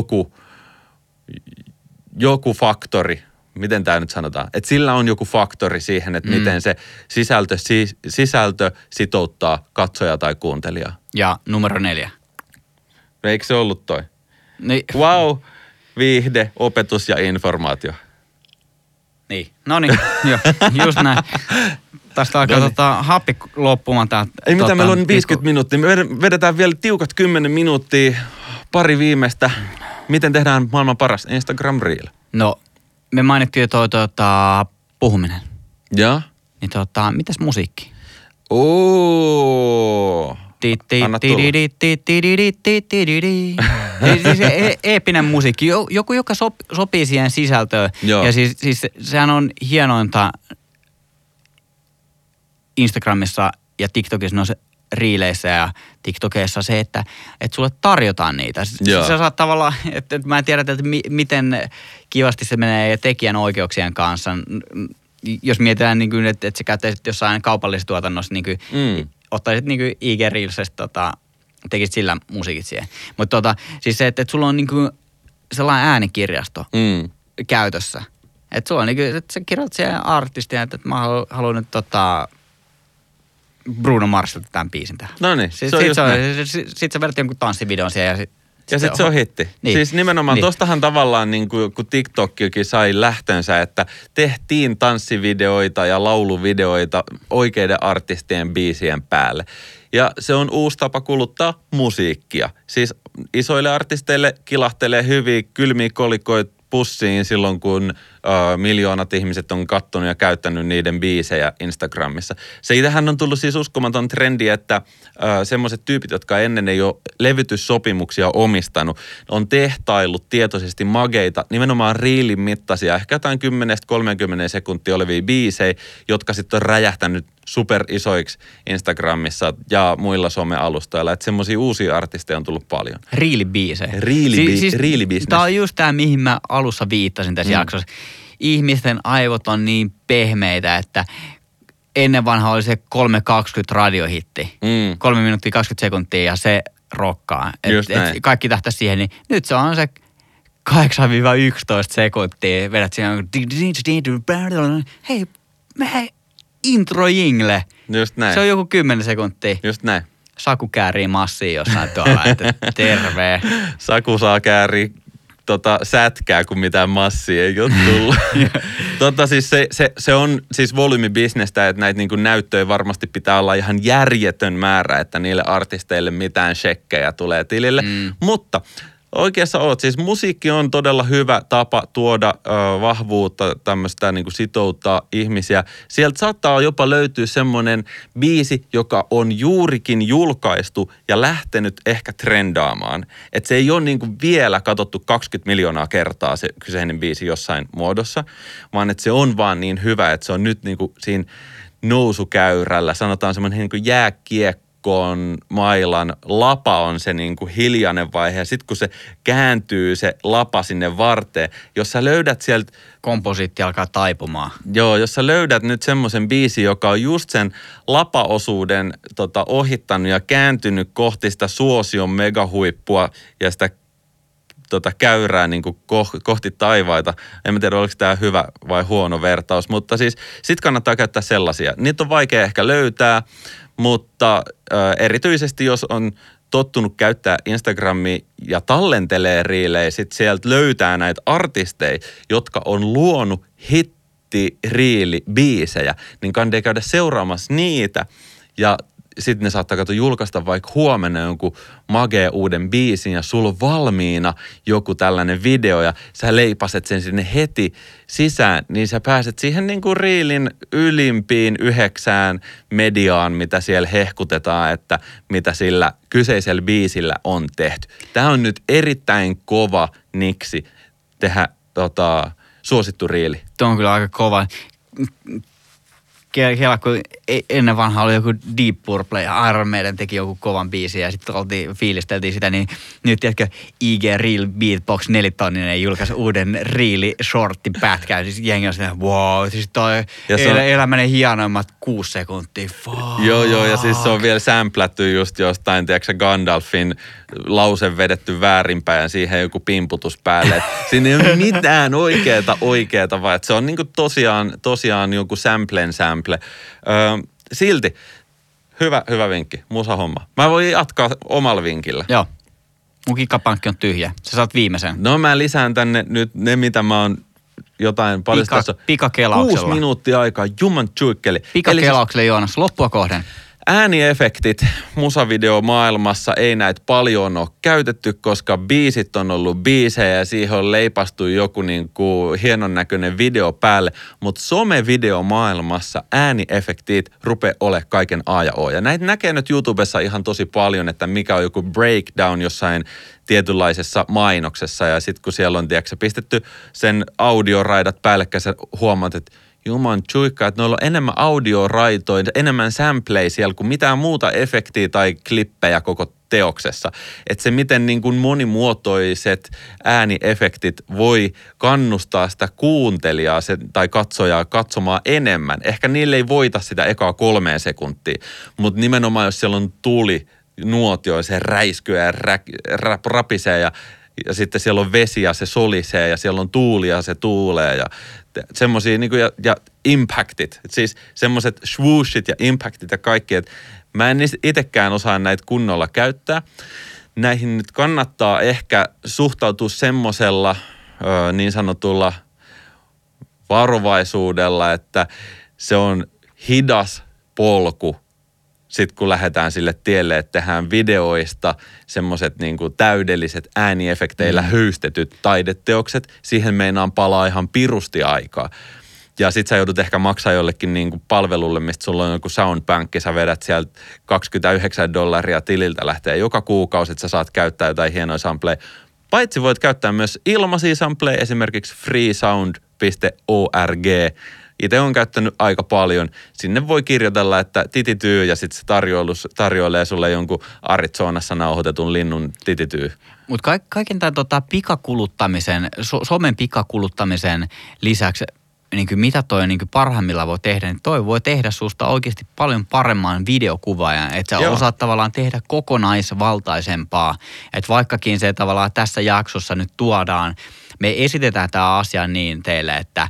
joku faktori. Miten tämä nyt sanotaan? Että sillä on joku faktori siihen, että miten se sisältö sitouttaa katsojaa tai kuuntelijaa. Ja numero 4. Eikö se ollut toi? Niin. Wow, viihde, opetus ja informaatio. Niin, no niin, joo, just näin. Tästä alkaa happi loppumaan. Ei mitään, meillä on 50 minuuttia. Me vedetään vielä tiukat 10 minuuttia, pari viimeistä. Miten tehdään maailman paras Instagram Reel? No, me mainittiin toi puhuminen. Ja? Niin mitäs musiikki? Anna tulla. Eeppinen musiikki. Joku, joka sopii siihen sisältöön. Joo. Ja siis sehän on hienointa Instagramissa ja TikTokissa noissa riileissä ja TikTokeissa se, että sulle tarjotaan niitä. Sä saat tavallaan, että mä en tiedä, että miten kivasti se menee tekijän oikeuksien kanssa. Jos mietitään, niin kuin, että sä käyttäisit jossain kaupallisessa tuotannossa, niin kuin, ottaisit niin kuin IG-reelsistä, tekisit sillä musiikit siihen. Mutta siis se, että sulla on niin kuin sellainen äänikirjasto käytössä. Että sulla on niin kuin, että sä kirjoitat siihen artistia, että mä haluan nyt Bruno Marsilta tämän biisin tähän. No niin, Sitten sä vedät jonkun tanssivideon siihen ja sitten se on hitti. Niin. Siis nimenomaan tostahan tavallaan, niin kun TikTokkin sai lähtönsä, että tehtiin tanssivideoita ja lauluvideoita oikeiden artistien biisien päälle. Ja se on uusi tapa kuluttaa musiikkia. Siis isoille artisteille kilahtelee hyviä kylmiä kolikoita pussiin silloin, kun miljoonat ihmiset on kattonut ja käyttänyt niiden biisejä Instagramissa. Siitähän on tullut siis uskomaton trendi, että semmoiset tyypit, jotka ennen ei ole levytyssopimuksia omistanut, on tehtaillut tietoisesti mageita, nimenomaan riilin mittaisia, ehkä jotain 10-30 sekuntia olevia biisejä, jotka sitten on räjähtänyt superisoiksi Instagramissa ja muilla somealustoilla. Että semmoisia uusia artisteja on tullut paljon. Riilibiisejä. Riilibisnes. Tämä on just tämä, mihin mä alussa viittasin tässä jaksossa. Ihmisten aivot on niin pehmeitä, että ennen vanha oli se 3.20 radiohitti. 3 minuuttia 20 sekuntia ja se rokkaa. Kaikki tähtäisi siihen, niin nyt se on se 8-11 sekuntia. Vedät siihen, hei, intro jingle. Just näin. Se on joku 10 sekuntia. Just näin. Saku käärii massia jossain tuolla, että terve. Saku saa käärii sätkää, kun mitään massia ei ole tullut. Siis se on siis volyymibisnestä, että näitä niin kuin näyttöjä varmasti pitää olla ihan järjetön määrä, että niille artisteille mitään shekkejä tulee tilille. Mutta Oikeassa oot. Siis musiikki on todella hyvä tapa tuoda vahvuutta, tämmöistä niin kuin sitouttaa ihmisiä. Sieltä saattaa jopa löytyä semmoinen biisi, joka on juurikin julkaistu ja lähtenyt ehkä trendaamaan. Että se ei ole niin kuin vielä katsottu 20 miljoonaa kertaa se kyseinen biisi jossain muodossa, vaan että se on vaan niin hyvä, että se on nyt niin kuin siinä nousukäyrällä. Sanotaan semmoinen niin kuin jääkiekkoon mailan lapa on se niin kuin hiljainen vaihe. Ja sitten kun se kääntyy se lapa sinne varteen, jos sä löydät sieltä... Komposiitti alkaa taipumaan. Joo, jos sä löydät nyt semmoisen biisin, joka on just sen lapaosuuden ohittanut ja kääntynyt kohti sitä suosion megahuippua ja sitä käyrää niin kuin kohti taivaita. En mä tiedä, oliko tämä hyvä vai huono vertaus, mutta siis sit kannattaa käyttää sellaisia. Niitä on vaikea ehkä löytää, mutta erityisesti jos on tottunut käyttää Instagramia ja tallentelee riilejä, sit sieltä löytää näitä artisteja, jotka on luonut hittiriili-biisejä, niin kannattaa käydä seuraamassa niitä ja sitten ne saattaa julkaista vaikka huomenna jonkun magee uuden biisin ja sulla on valmiina joku tällainen video ja sä leipaset sen sinne heti sisään, niin sä pääset siihen niin kuin riilin ylimpiin 9 mediaan, mitä siellä hehkutetaan, että mitä sillä kyseisellä biisillä on tehty. Tämä on nyt erittäin kova niksi tehdä suosittu riili. Tuo on kyllä aika kova. Kela, kun ennen vanhaa oli joku Deep Purple ja Iron Maiden teki joku kovan biisin ja sitten fiilisteltiin sitä, niin nyt tiedätkö IG Reel Beatbox 4-tonninen julkaisi uuden Reel-shortti-pätkän. Siis jengi on silleen, wow, siis toi elämäni hienoimmat 6 sekuntia. Fuck. Joo, ja siis se on vielä samplätty just jostain, tiedätkö Gandalfin lause vedetty väärinpäin ja siihen joku pimputus päälle. Et siinä ei ole mitään oikeeta, vaan se on niinku tosiaan joku sample. Silti, hyvä vinkki, musahomma. Mä voin jatkaa omalla vinkillä. Joo, mun kikkapankki on tyhjä. Sä saat viimeisen. No mä lisään tänne nyt ne, mitä mä oon jotain paljon tässä. Pikakelauksella. 6 minuuttia aikaa, juman tjuikkeli. Pikakelaukselle Joonas, loppua kohden. Ääniefektit musavideomaailmassa ei näitä paljon ole käytetty, koska biisit on ollut biisejä ja siihen on leipastu joku niin kuin hienon näköinen video päälle. Mutta somevideomaailmassa ääniefektit rupeaa olemaan kaiken A ja O. Ja näitä näkee nyt YouTubessa ihan tosi paljon, että mikä on joku breakdown jossain tietynlaisessa mainoksessa. Ja sitten kun siellä on pistetty sen audioraidat päällekkäin, sä huomaat, että juman tjuikka, että noilla on enemmän audioraitoja, enemmän sampleja siellä kuin mitään muuta efektiä tai klippejä koko teoksessa. Että se, miten niin kuin monimuotoiset ääniefektit voi kannustaa sitä kuuntelijaa tai katsojaa katsomaan enemmän. Ehkä niille ei voita sitä ekaa 3 sekuntia, mutta nimenomaan jos siellä on tuli, nuotio, se räiskyy ja rapisee ja sitten siellä on vesi ja se solisee ja siellä on tuuli ja se tuulee ja semmoisia niin ja impactit. Siis semmoiset swooshit ja impactit ja kaikki, että mä en itsekään osaa näitä kunnolla käyttää. Näihin nyt kannattaa ehkä suhtautua semmoisella niin sanotulla varovaisuudella, että se on hidas polku. Sitten kun lähdetään sille tielle, että tehdään videoista semmoiset niin kuin täydelliset ääniefekteillä höystetyt taideteokset, siihen meinaan palaa ihan pirusti aikaa. Ja sit sä joudut ehkä maksaa jollekin niin kuin palvelulle, mistä sulla on joku soundbankki, sä vedät sieltä $29 tililtä lähtee joka kuukausi, että sä saat käyttää jotain hienoja sampleja. Paitsi voit käyttää myös ilmaisia sampleja, esimerkiksi freesound.org. Itse olen käyttänyt aika paljon. Sinne voi kirjoitella, että titityy ja sitten se tarjoilee sulle jonkun Arizonassa nauhoitetun linnun titityy. Mutta kaiken tämän pikakuluttamisen, somen pikakuluttamisen lisäksi, niin kuin mitä toi niin kuin parhaimmillaan voi tehdä, niin toi voi tehdä susta oikeasti paljon paremman videokuvaajan. Että sä osaat tavallaan tehdä kokonaisvaltaisempaa. Että vaikkakin se tavallaan tässä jaksossa nyt tuodaan, me esitetään tämä asia niin teille, että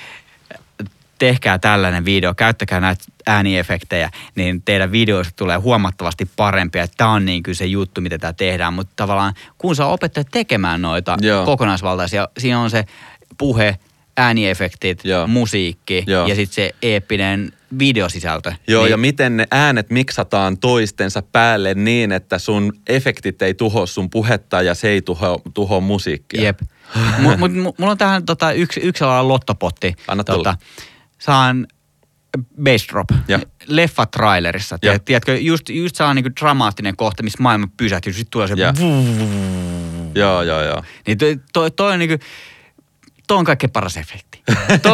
tehkää tällainen video, käyttäkää näitä ääniefektejä, niin teidän videoista tulee huomattavasti parempia. Tämä on niin kuin se juttu, mitä tämä tehdään, mutta tavallaan kun sä opettaa tekemään noita kokonaisvaltaisia, siinä on se puhe, ääniefektit, musiikki ja sitten se eeppinen videosisältö. Joo, ja miten ne äänet miksataan toistensa päälle niin, että sun efektit ei tuho sun puhetta ja se ei tuho musiikkia. Jep. Mulla on tähän yksi sellainen lottopotti. Anna tulla. Saan bass drop. Ja. Leffa-trailerissa. Tiedätkö, just saa niinku dramaattinen kohta, missä maailma pysähtyy. Sitten tulee se Joo. Niin toi on niinku, toi on kaikkein paras efekti.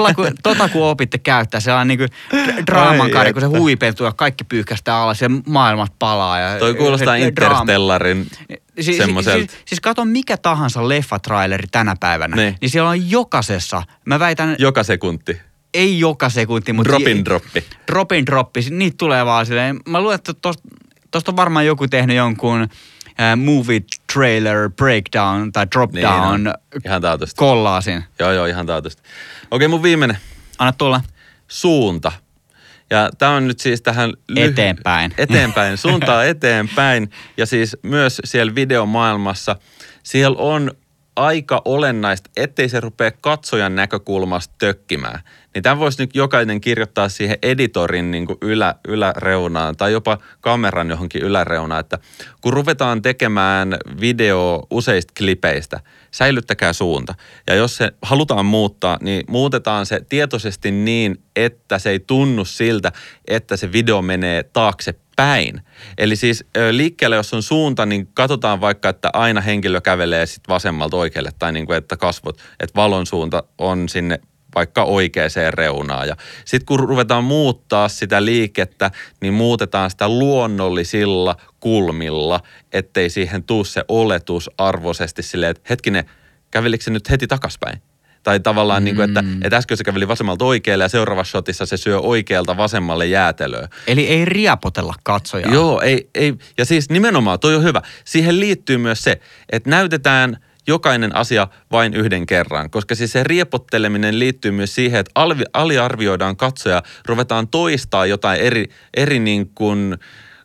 Kun opitte käyttää, se on niinku draaman kari, kun se huipentuu ja kaikki pyyhkästää alas ja maailmat palaa. Ja toi kuulostaa Interstellarin semmoiselta. Siis kato mikä tahansa leffatraileri tänä päivänä, niin siellä on jokaisessa, mä väitän... Joka sekunti. Ei joka sekunti, mutta... Drop-in droppi. Niitä tulee vaan silleen. Mä luulen, että tosta on varmaan joku tehnyt jonkun movie trailer breakdown tai drop down ihan kollaasin. Joo, ihan taatusti. Okei, mun viimeinen. Anna tulla. Suunta. Ja tää on nyt siis tähän... Eteenpäin. Suuntaa eteenpäin. Ja siis myös siellä videomaailmassa. Siellä on aika olennaista, ettei se rupea katsojan näkökulmasta tökkimään. Niin tämän voisi nyt jokainen kirjoittaa siihen editorin niin kuin yläreunaan tai jopa kameran johonkin yläreunaan, että kun ruvetaan tekemään video useista klipeistä, säilyttäkää suunta. Ja jos se halutaan muuttaa, niin muutetaan se tietoisesti niin, että se ei tunnu siltä, että se video menee taaksepäin. Eli siis liikkeelle, jos on suunta, niin katsotaan vaikka, että aina henkilö kävelee sitten vasemmalta oikealle tai niin kuin, että kasvot, että valon suunta on sinne vaikka oikeaan reunaan. Ja sitten kun ruvetaan muuttaa sitä liikettä, niin muutetaan sitä luonnollisilla kulmilla, ettei siihen tuu se oletus arvoisesti silleen, että hetkinen, kävelikö se nyt heti takaspäin? Tai tavallaan niin kuin, että äsken se käveli vasemmalta oikealle ja seuraavassa shotissa se syö oikealta vasemmalle jäätelöä. Eli ei riapotella katsojaa. Joo, ei. Ja siis nimenomaan, toi on hyvä. Siihen liittyy myös se, että näytetään jokainen asia vain yhden kerran, koska siis se riepotteleminen liittyy myös siihen, että aliarvioidaan katsoja, ruvetaan toistaa jotain eri niin kuin,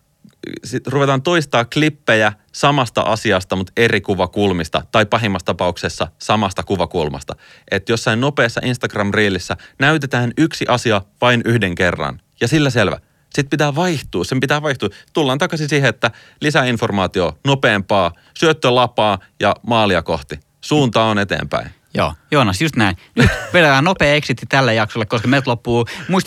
ruvetaan toistaa klippejä samasta asiasta, mutta eri kuvakulmista tai pahimmassa tapauksessa samasta kuvakulmasta. Että jossain nopeassa Instagram-reelissä näytetään yksi asia vain yhden kerran ja sillä selvä. Sitten sen pitää vaihtua. Tullaan takaisin siihen, että lisää informaatiota, nopeampaa, syöttölapaa ja maalia kohti. Suunta on eteenpäin. Joo, Joonas, just näin. Nyt vedetään nopea exitti tälle jaksolle, koska meiltä loppuu